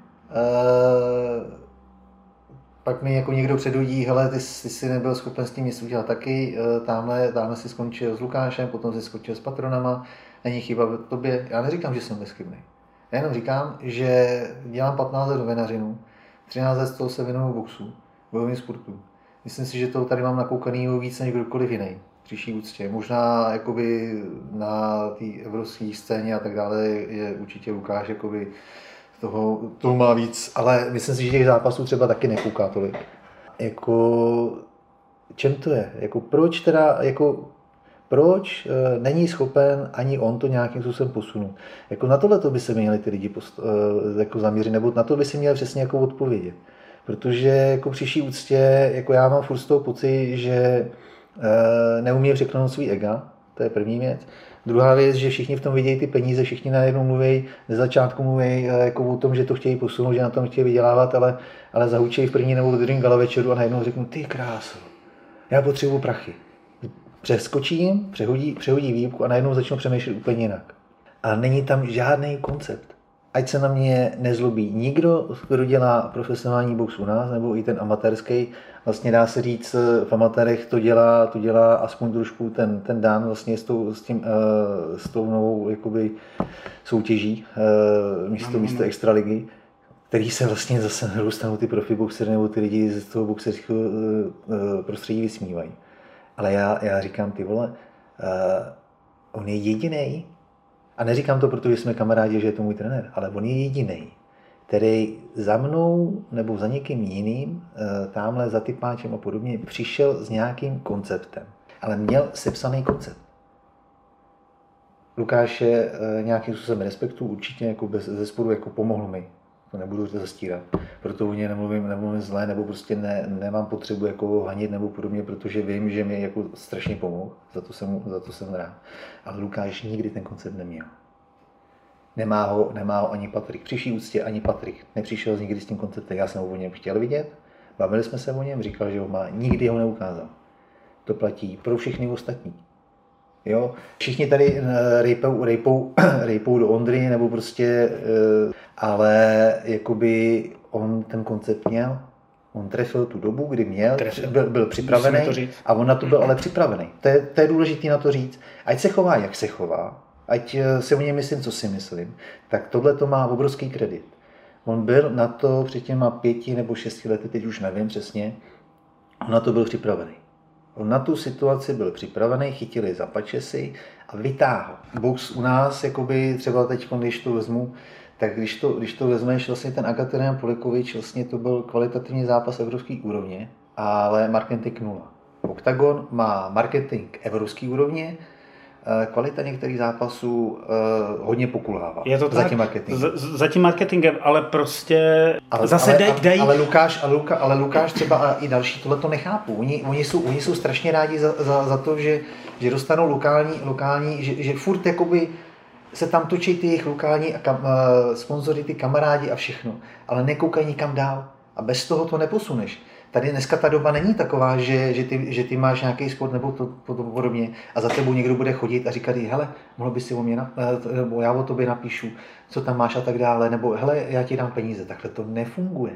pak mi jako někdo předudí, hele, ty, ty jsi nebyl schopen s tím nic udělat taky. E, tamhle, tamhle si skončil s Lukášem, potom si skončil s patronama. Není chyba v tobě. Já neříkám, že jsem bezchybný. Já jenom říkám, že dělám patnáct let vinařinu, třináct let z toho se věnuju boxu, bojovým sportu. Myslím si, že to tady mám nakoukanýho víc než kdokoliv jiný. Při vší úctě. Možná jakoby na té evropské scéně a tak dále je určitě Lukáš jakoby toho, toho má víc, ale myslím si, že těch zápasů třeba taky nekouká tolik. Jako, čem to je? Jako proč teda, jako proč e, není schopen ani on to nějakým způsobem posunout? Jako na tohle to by se měli ty lidi post, e, jako zaměřit, nebo na to by si měli přesně jako odpovědět. Protože jako při vší úctě, jako já mám furt z toho pocit, že e, neumí překlenout svý ega, to je první věc. Druhá věc, že všichni v tom vidějí ty peníze, všichni najednou mluví, ze začátku mluví jako o tom, že to chtějí posunout, že na tom chtějí vydělávat, ale, ale zahučejí v první nebo v druhém gala večeru a najednou řeknou, ty kráso, já potřebuji prachy. Přeskočí jim, přehodí, přehodí výjimku a najednou začnou přemýšlet úplně jinak. A není tam žádný koncept. Ať se na mě nezlobí nikdo, kdo dělá profesionální box u nás, nebo i ten amatérský, vlastně dá se říct, v amatérech to dělá, to dělá aspoň trošku ten, ten Dan vlastně s tou, s tím, s tou novou jakoby, soutěží místo, místo extraligy, který se vlastně zase nedostanou ty profiboxery nebo ty lidi z toho boxerského prostředí vysmívají. Ale já, já říkám, ty vole, uh, on je jedinej, a neříkám to, protože jsme kamarádi, že je to můj trenér, ale on je jedinej, který za mnou nebo za někým jiným, uh, tamhle za typáčem a podobně, přišel s nějakým konceptem. Ale měl sepsaný koncept. Lukáše uh, nějakým způsobem respektu, určitě jako bez zesporu jako pomohl mi. To nebudu zastírat, proto o něj nemluvím, nemluvím zlé, nebo prostě ne, nemám potřebu jako hanit nebo podobně, protože vím, že mi jako strašně pomohl, za to jsem, za to jsem rád. Ale Lukáš nikdy ten koncept neměl. Nemá ho, nemá ho ani Patrik. Při vší úctě ani Patrik nepřišel nikdy s tím konceptem, já jsem ho o něm chtěl vidět, bavili jsme se o něm, říkal, že ho má, nikdy ho neukázal. To platí pro všechny ostatní. Jo? Všichni tady rejpou, rejpou, rejpou do Ondry, nebo prostě, ale jakoby on ten koncept měl, on trefil tu dobu, kdy měl, byl, byl připravený a on na to byl ale připravený. To je, to je důležité na to říct. Ať se chová, jak se chová, ať si o něm myslím, co si myslím, tak tohle to má obrovský kredit. On byl na to před těma pěti nebo šesti lety, teď už nevím přesně, on na to byl připravený. On na tu situaci byl připravený, chytili za pačesy a vytáhl. Box u nás, jakoby třeba teď, když to vezmu, tak když to, když to vezmeš, vlastně ten Akaterina Polikovič, vlastně to byl kvalitativní zápas evropské úrovně, ale marketing nula. Octagon má marketing evropské úrovně, kvalita některých zápasů uh, hodně pokulhává. Je to za tak, tím marketingem. Za, za tím marketingem, ale prostě ale, zase ale, dej, dej. Ale Lukáš, ale, Luka, ale Lukáš třeba a i další tohle to nechápu. Oni, oni, jsou, oni jsou strašně rádi za, za, za to, že, že dostanou lokální, lokální že, že furt jakoby se tam točí ty jejich lokální a kam, uh, sponzory, ty kamarádi a všechno, ale nekoukají nikam dál. A bez toho to neposuneš. Tady dneska ta doba není taková, že, že, ty, že ty máš nějaký sport nebo to, to, to podobně a za tebou někdo bude chodit a říkat, hele, mohl by si o mě, nebo já o tobě napíšu, co tam máš a tak dále, nebo hele, já ti dám peníze. Takhle to nefunguje.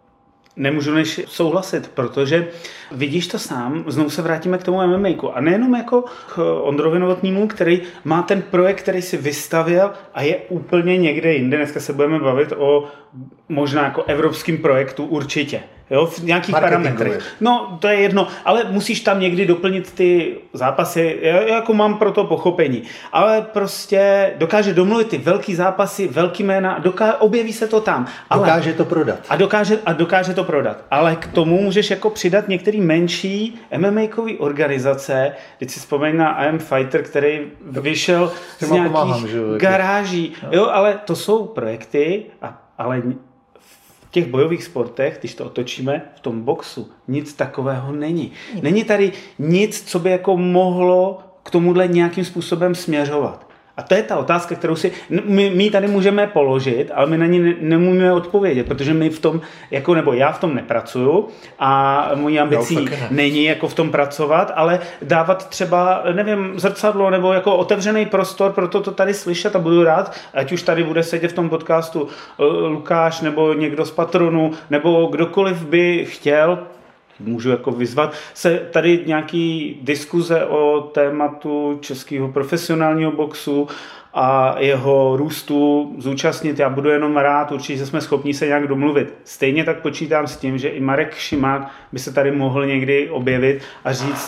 Nemůžu než souhlasit, protože vidíš to sám, znovu se vrátíme k tomu M M A ku. A nejenom jako k Ondrovi Novotnému, který má ten projekt, který si vystavěl a je úplně někde jinde. Dneska se budeme bavit o možná jako evropském projektu určitě. Jo, v nějakých parametrech. No, to je jedno, ale musíš tam někdy doplnit ty zápasy, já jako mám pro to pochopení. Ale prostě dokáže domluvit ty velký zápasy, velký jména, doká- objeví se to tam. Ale, dokáže to prodat. A dokáže, a dokáže to prodat. Ale k tomu můžeš jako přidat některé menší M M A-kové organizace. Teď si vzpomeň na I Am Fighter, který vyšel z nějakých pomáhám, garáží. No. Jo, ale to jsou projekty, a, ale v těch bojových sportech, když to otočíme, v tom boxu, nic takového není. Není tady nic, co by jako mohlo k tomuhle nějakým způsobem směřovat. A to je ta otázka, kterou si my, my tady můžeme položit, ale my na ní ne, nemůžeme odpovědět, protože my v tom, jako, nebo já v tom nepracuju a mojí ambicí ne. není jako v tom pracovat, ale dávat třeba, nevím, zrcadlo nebo jako otevřený prostor pro to, to tady slyšet a budu rád, ať už tady bude sedět v tom podcastu Lukáš nebo někdo z patronu, nebo kdokoliv by chtěl, můžu jako vyzvat, se tady nějaký diskuze o tématu českého profesionálního boxu a jeho růstu zúčastnit. Já budu jenom rád, určitě jsme schopni se nějak domluvit. Stejně tak počítám s tím, že i Marek Šimák by se tady mohl někdy objevit a říct,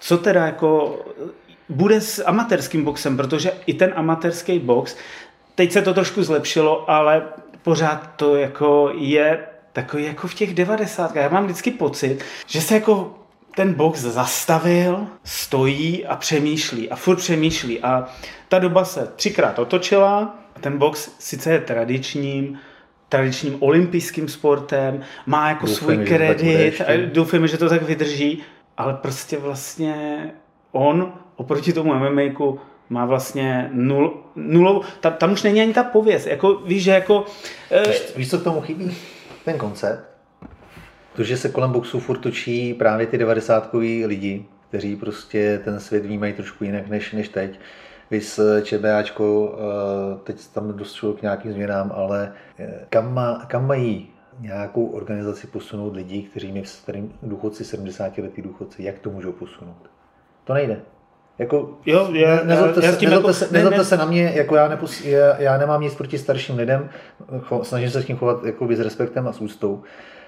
co teda jako bude s amatérským boxem, protože i ten amatérský box, teď se to trošku zlepšilo, ale pořád to jako je takový jako v těch devadesátkách. Já mám vždycky pocit, že se jako ten box zastavil, stojí a přemýšlí a furt přemýšlí a ta doba se třikrát otočila a ten box sice je tradičním, tradičním olympijským sportem, má jako doufujeme, svůj kredit a doufujeme, že to tak vydrží, ale prostě vlastně on oproti tomu M M A ku má vlastně nul, nulovou, tam, tam už není ani ta pověst, jako víš, že jako... Víš, víš, co k tomu chybí? Ten koncept. To, že se kolem boxu furt točí právě ty devadesátkoví lidi, kteří prostě ten svět vnímají trošku jinak než, než teď. Vys ČBAčko, teď tam došlo k nějakým změnám, ale kam, má, kam mají nějakou organizaci posunout lidi, kteří mají starým důchodci, sedmdesátiletí důchodci, jak to můžou posunout? To nejde. Jako, jo, já, nezlobte já, já se, jako, se, ne, ne. se na mě, jako já, nepos, já, já nemám nic proti starším lidem, snažím se s tím chovat jako s respektem a s úctou,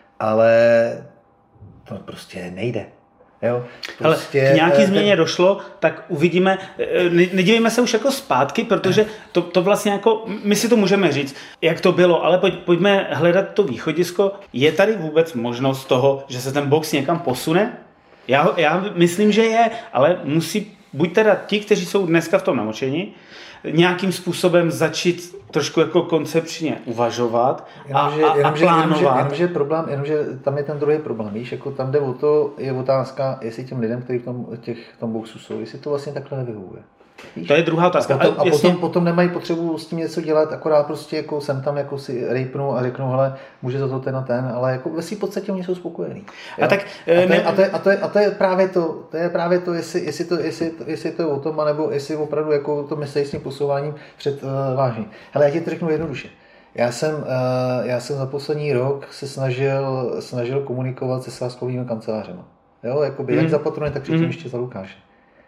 ale to prostě nejde. Jo, prostě, ale k nějaký ten... změně došlo, tak uvidíme, nedívejme se už jako zpátky, protože to, to vlastně jako, my si to můžeme říct, jak to bylo, ale pojď, pojďme hledat to východisko. Je tady vůbec možnost toho, že se ten box někam posune? Já, já myslím, že je, ale musí buď teda ti, kteří jsou dneska v tom namočení, nějakým způsobem začít trošku jako koncepčně uvažovat a, jenomže, a, a jenomže, plánovat. Jenomže, jenomže, problém, jenomže tam je ten druhý problém, víš, jako tam jde o to, je otázka, jestli těm lidem, kteří v tom, těch, v tom boxu jsou, jestli to vlastně takhle nevyhovuje. Víš? To je druhá otázka. A, potom, a potom, potom nemají potřebu s tím něco dělat, akorát prostě jako sem tam jako si rejpnou a řeknou, hele, může za to ten a ten, ale jako ve svým podstatě oni jsou spokojení. A, tak, a, to je, a, to je, a, to je, a to je právě to, to je právě to, jestli, jestli, to, jestli, jestli to je o tom, anebo jestli opravdu jako to myslí s tím posouváním před uh, vážně. Hele, já ti to řeknu jednoduše. Já jsem, uh, já jsem za poslední rok se snažil, snažil komunikovat se sázkovými kancelářemi. Jo, jakoby mm. jak za Patrony, tak předtím mm. ještě za Lukáše.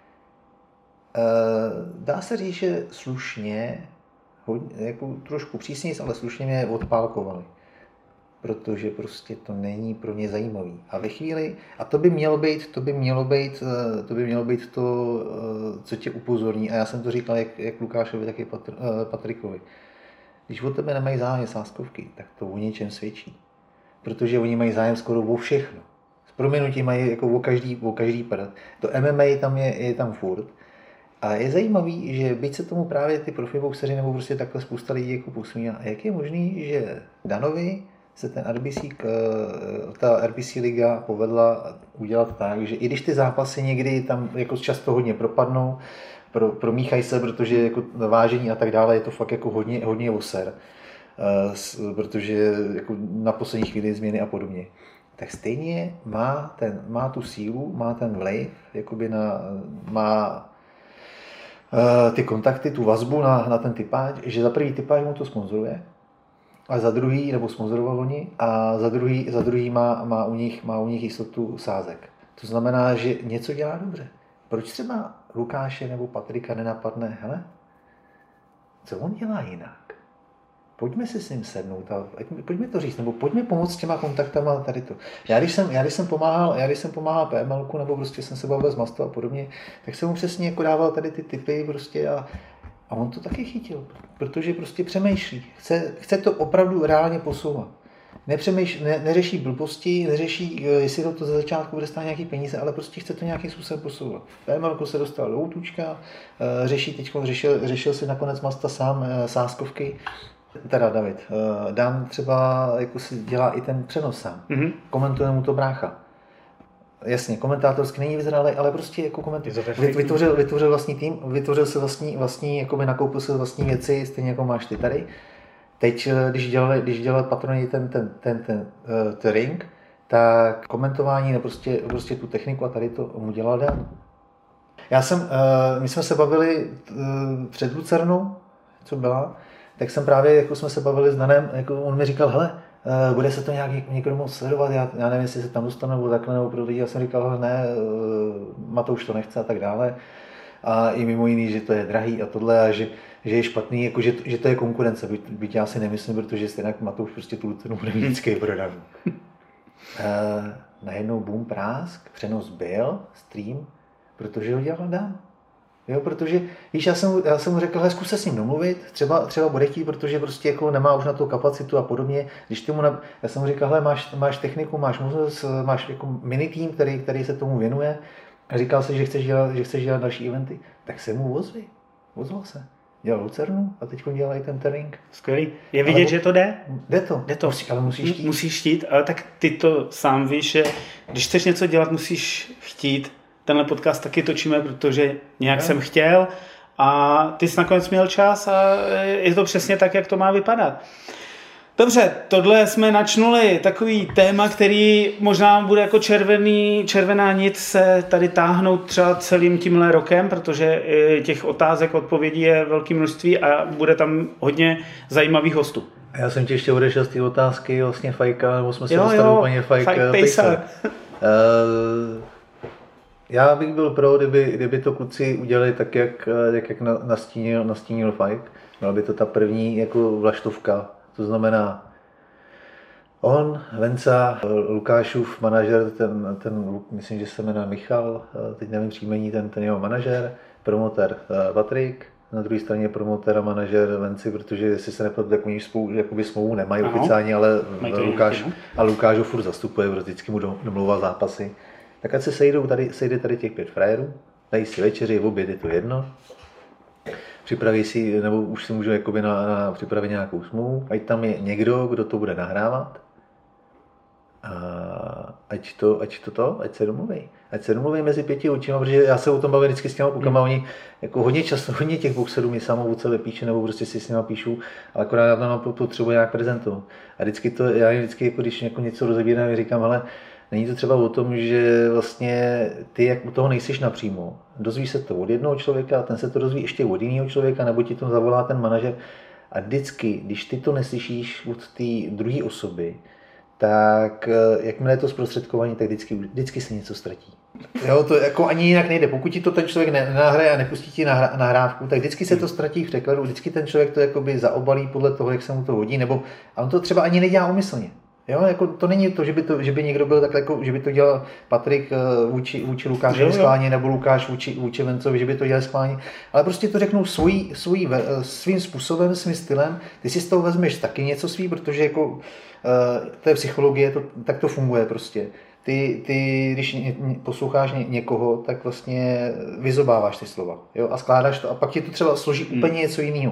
Dá se říct, že slušně, hodně, jako trošku přísněji, ale slušně mě odpálkovali. Protože prostě to není pro ně zajímavý. A ve chvíli, a to by mělo být, to by mělo být, to by mělo být to, co tě upozorní. A já jsem to říkal jak, jak Lukášovi, tak i Patr, Patrikovi. Když od tebe nemají zájem sázkovky, tak to o něčem svědčí. Protože oni mají zájem skoro o všechno. S prominutím mají jako o každý, o každý prd. To M M A tam je, je tam furt. A je zajímavý, že byť se tomu právě ty profiboxeři nebo prostě takhle spousta lidí jako posmíná. A jak je možný, že Danovi se ten R B C, ta R B C liga povedla udělat tak, že i když ty zápasy někdy tam jako často hodně propadnou, pro, promíchají se, protože jako vážení a tak dále je to fakt jako hodně, hodně oser, protože jako na poslední chvíli změny a podobně. Tak stejně má, ten, má tu sílu, má ten vliv, jakoby na, má ty kontakty, tu vazbu na, na ten typáč, že za prvý typáč mu to sponzoruje, a za druhý, nebo sponzoroval oni, a za druhý, za druhý má, má, u nich, má u nich jistotu sázek. To znamená, že něco dělá dobře. Proč třeba Lukáše nebo Patrika nenapadne, hele, co on dělá jinak? Pojďme si s ním sednout a pojďme to říct, nebo pojďme pomoct s těma kontaktama tady to. Já když jsem, já když jsem pomáhal, já když jsem pomáhal P M L ku, nebo prostě jsem se bavil s Mastou a podobně, tak jsem mu přesně jako dával tady ty tipy prostě a, a on to taky chytil, protože prostě přemýšlí. Chce, chce to opravdu reálně posouvat. Nepřemýšlí, ne, neřeší blbosti, neřeší, jestli to, to ze začátku bude stát nějaký peníze, ale prostě chce to nějakým způsobem posouvat. P M L ku se dostal do útučka, řeší teď, řešil, řešil si nakonec Masta sám sázkovky. Teda David, Dan třeba jako si dělá i ten přenos sám. Mm-hmm. Komentuje mu to brácha. Jasně, komentátorsky není vyzrálej, ale prostě jako komentuje. Vytvořil, vytvořil vlastní tým, vytvořil si vlastní, vlastní jakoby nakoupil si vlastní věci, stejně jako máš ty tady. Teď, když dělali, když dělali Patroni ten, ten, ten, ten, ten, ten ring, tak komentování, no prostě, prostě tu techniku a tady to mu dělal Dan. Já jsem, my jsme se bavili před Lucernou, co byla, tak jsem právě, jako jsme se bavili s Danem, jako on mi říkal, hele, uh, bude se to nějak někdo moc sledovat, já, já nevím, jestli se tam dostanu nebo takhle, nebo pro lidi. Já jsem říkal, hele, ne, uh, Matouš to nechce a tak dále. A i mimo jiný, že to je drahý a tohle a že, že je špatný, jako že, že to je konkurence, byť, byť já si nemyslím, protože stejně Matouš prostě tu Lucenu bude mít vždycky prodaný. Uh, najednou boom, prásk, přenos byl, stream Protože ho dělal dám. Jo, protože, víš, já jsem, já jsem mu řekl, hele, zkus se s ním domluvit, třeba, třeba bude chtít, protože prostě jako nemá už na to kapacitu a podobně. Když ty mu, na, já jsem mu říkal, hele, máš, máš techniku, máš možnost, máš jako mini tým, který, který se tomu věnuje a říkal se, že chceš dělat, že chceš dělat další eventy, tak se mu ozvi. Ozval se. Dělal Lucernu a teď dělá i ten Terring. Skvělý. Je vidět, ale že to jde? Jde to. Jde to. Musí, ale musíš chtít. Musíš chtít, ale tak ty to sám víš, že když chceš něco dělat, musíš chtít. Tenhle podcast taky točíme, protože nějak no. jsem chtěl a ty jsi nakonec měl čas a je to přesně tak, jak to má vypadat. Dobře, tohle jsme načnuli takový téma, který možná bude jako červený, červená nit se tady táhnout třeba celým tímhle rokem, protože těch otázek, odpovědí je velké množství a bude tam hodně zajímavých hostů. Já jsem ti ještě odešel z té otázky vlastně Fajka, nebo jsme se jo, dostali jo, úplně Fajka. Fajk Pacer. Uh, já bych byl pro, kdyby, kdyby to kluci udělali tak, jak, jak, jak nastínil, nastínil Fajk. Byla by to ta první jako vlaštovka. To znamená, on, Venca, Lukášův manažer, ten, ten, myslím, že se jmenuje Michal, teď nevím příjmení, ten, ten jeho manažer, promotér Patrik, na druhé straně promotér a manažer Venci, protože jestli se nepletu, tak oni spolu jakoby smlouvu nemají ano. oficiálně, ale Lukáš, a Lukáš ho furt zastupuje, vždycky mu domlouvá zápasy. Tak ať se sejdou tady, sejde tady těch pět frajerů, dají si večeři, v oběd je to jedno. Připraví si, nebo už si můžu jakoby na, na připravit nějakou smlouvu, ať tam je někdo, kdo to bude nahrávat. A ať to, ať to, to ať se domluví. Ať se domluví mezi pěti očima, protože já se o tom bavím vždycky s těma klukama, hmm. oni jako hodně často, hodně těch boxerů mi samovodce píše, nebo prostě si s nima píšu, ale akorát já tam potřebuji nějak prezentovat. A vždycky to, já jim vždycky, jako když jako něco rozebírám, říkám, hele, není to třeba o tom, že vlastně ty, jak u toho nejsiš napřímo, dozvíš se to od jednoho člověka, ten se to dozví ještě od jiného člověka, nebo ti to zavolá ten manažer. A vždycky, když ty to neslyšíš od té druhé osoby, tak jakmile je to zprostředkování, tak vždycky, vždycky se něco ztratí. Jo, to jako ani jinak nejde. Pokud ti to ten člověk nenahraje a nepustí ti nahrávku, tak vždycky se to ztratí v překladu, vždycky ten člověk to jakoby zaobalí podle toho, jak se mu to hodí, nebo a on to třeba ani nedělá úmyslně. Jo, jako to není to, že by, to, že by někdo byl tak jako, že by to dělal Patrik vůči, vůči Lukášovi schválně, nebo Lukáš vůči, vůči Vencovi, že by to dělal schválně, ale prostě to řeknou svojí, svojí, svým způsobem, svým stylem, ty si z toho vezmeš taky něco svý, protože jako to je psychologie, to, tak to funguje prostě. Ty, ty když ně, posloucháš ně, někoho, tak vlastně vyzobáváš ty slova, jo, a skládáš to a pak ti to třeba složí hmm. úplně něco jiného.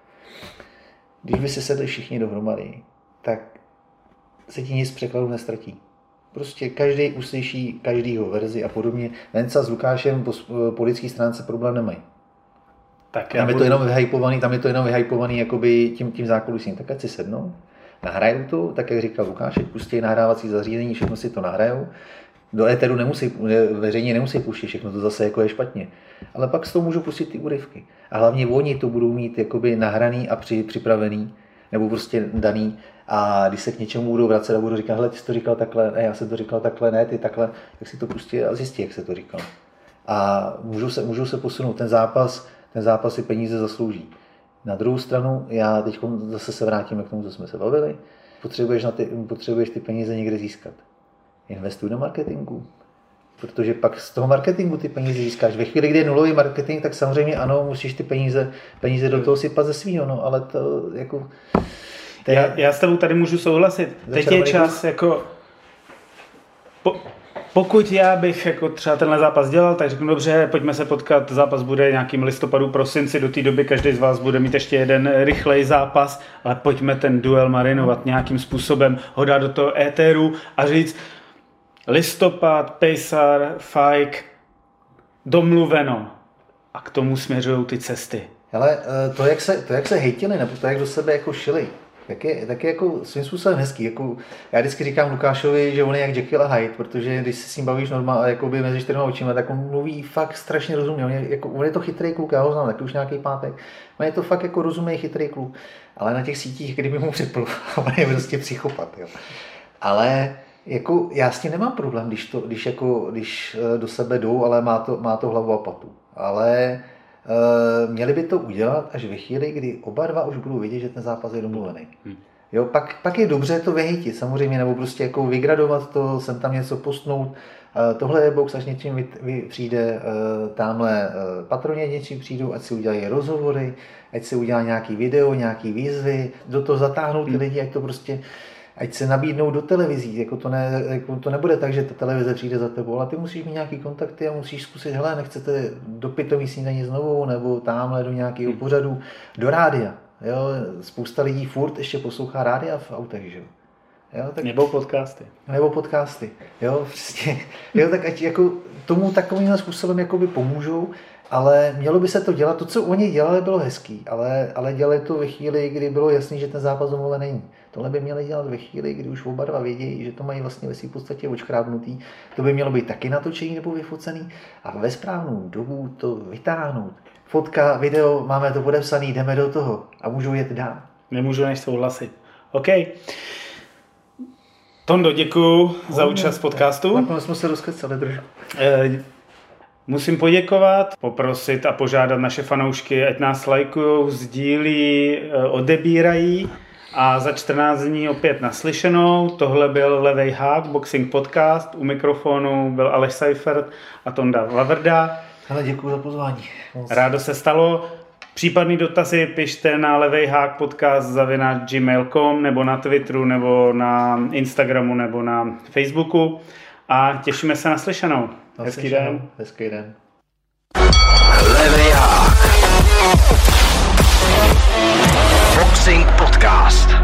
Když by se sedli všichni dohromady, tak se ti nic z překladu nestratí. Prostě každý uslyší každýho verzi a podobně. Venca s Lukášem po, po lidské stránce problém nemají. Tak tam je budu... to jenom vyhypovaný, tam je to jenom vyhypovaný jakoby tím, tím zákulisím. Tak ať si sednou, nahrajou to, tak jak říkal Lukáš, pustí nahrávací zařízení, všechno si to nahrajou. Do éteru nemusí, veřejně nemusí pustit, všechno to zase jako je špatně. Ale pak z toho můžu pustit ty úryvky. A hlavně oni to budou mít jakoby nahraný a při, připravený, nebo prostě daný. A když se k něčemu budou vracet a budou říkat, hele, ty jsi to říkal takhle, ne, já jsem to říkal takhle, ne, ty takhle, tak si to pustí a zjistí, jak se to říkal. A můžou se, můžou se posunout. Ten zápas, ten zápas si peníze zaslouží. Na druhou stranu, já teď zase se vrátím k tomu, co jsme se bavili, potřebuješ, na ty, potřebuješ ty peníze někde získat. Investuj do marketingu. Protože pak z toho marketingu ty peníze získáš. Ve chvíli, kdy je nulový marketing, tak samozřejmě ano, musíš ty peníze, peníze do toho sypat ze svýho, no, ale to jako... Je... Já, já s tebou tady můžu souhlasit. Teď je čas jako... Po, pokud já bych jako třeba tenhle zápas dělal, tak řeknu dobře, pojďme se potkat, zápas bude nějakým listopadu, prosinci, do té doby každý z vás bude mít ještě jeden rychlej zápas, ale pojďme ten duel marinovat nějakým způsobem, ho dát do toho éteru a říct listopad, Pacer, Fajk, domluveno. A k tomu směřují ty cesty. Ale to, jak se, to, jak se hejtili, nebo to, jak do sebe jako šili, tak je, tak je jako svým způsobem hezký. Jako, já vždycky říkám Lukášovi, že on je jak Jekyll a Hyde, protože když se s ním bavíš normálně jakoby mezi čtyřma očima, tak on mluví fakt strašně rozumně. On je, jako, on je to chytrý kluk, já ho znám, taky už nějaký pátek. On je to fakt jako rozumný, chytrý kluk. Ale na těch sítích, kdyby mu připl, on je prostě psychopat. Jo. Ale jako, já s tím nemám problém, když, to, když, jako, když do sebe jdou, ale má to, má to hlavu a patu. Ale Uh, měli by to udělat až ve chvíli, kdy oba dva už budou vědět, že ten zápas je domluvený. Hmm. Jo, pak, pak je dobře to vyhejtit samozřejmě, nebo prostě jako vygradovat to, sem tam něco postnout, Tohle je box, až něčím vy, vy přijde, tamhle patroně něčím přijdou, ať si udělají rozhovory, ať si udělá nějaký video, nějaký výzvy, do toho zatáhnou ty lidi, ať to prostě, ať se nabídnou do televizí, jako to, ne, jako to nebude tak, že ta televize přijde za tebou, ale ty musíš mít nějaký kontakty a musíš zkusit, hele, nechcete do pitový snídaně znovu, nebo tamhle do nějakého pořadu, do rádia, jo, spousta lidí furt ještě poslouchá rádia v autech, že jo. Jo, tak, nebo podcasty. Nebo podcasty, jo, prostě, jo, tak ať jako tomu takovým způsobem jakoby pomůžou, ale mělo by se to dělat, to, co oni dělali, bylo hezký, ale, ale dělali to ve chvíli, kdy bylo jasný, že ten zápas domluven není. Tohle by měli dělat ve chvíli, kdy už oba dva vědějí, že to mají vlastně ve své podstatě očkrábnutý, to by mělo být taky natočený nebo vyfocený a ve správnou dobu to vytáhnout. Fotka, video, máme to podepsaný, jdeme do toho a můžou jet dál. Nemůžu než souhlasit. OK. Tondo, děkuju za účast v podcastu. Nakonec jsme se rozkecali trošku. E, musím poděkovat, poprosit a požádat naše fanoušky, ať nás lajkujou, sdílí, odebírají a za čtrnáct dní opět naslyšenou. Tohle byl Levej hák, Boxing Podcast. U mikrofonu byl Aleš Seifert a Tonda Laverda. Ale děkuji za pozvání. Moc. Rádo se stalo. Případný dotazy pište na levejhák podcast zavináč gmail tečka com nebo na Twitteru, nebo na Instagramu, nebo na Facebooku a těšíme se na slyšenou. Hezký den. Hezký den. Levejhák. Boxing Podcast.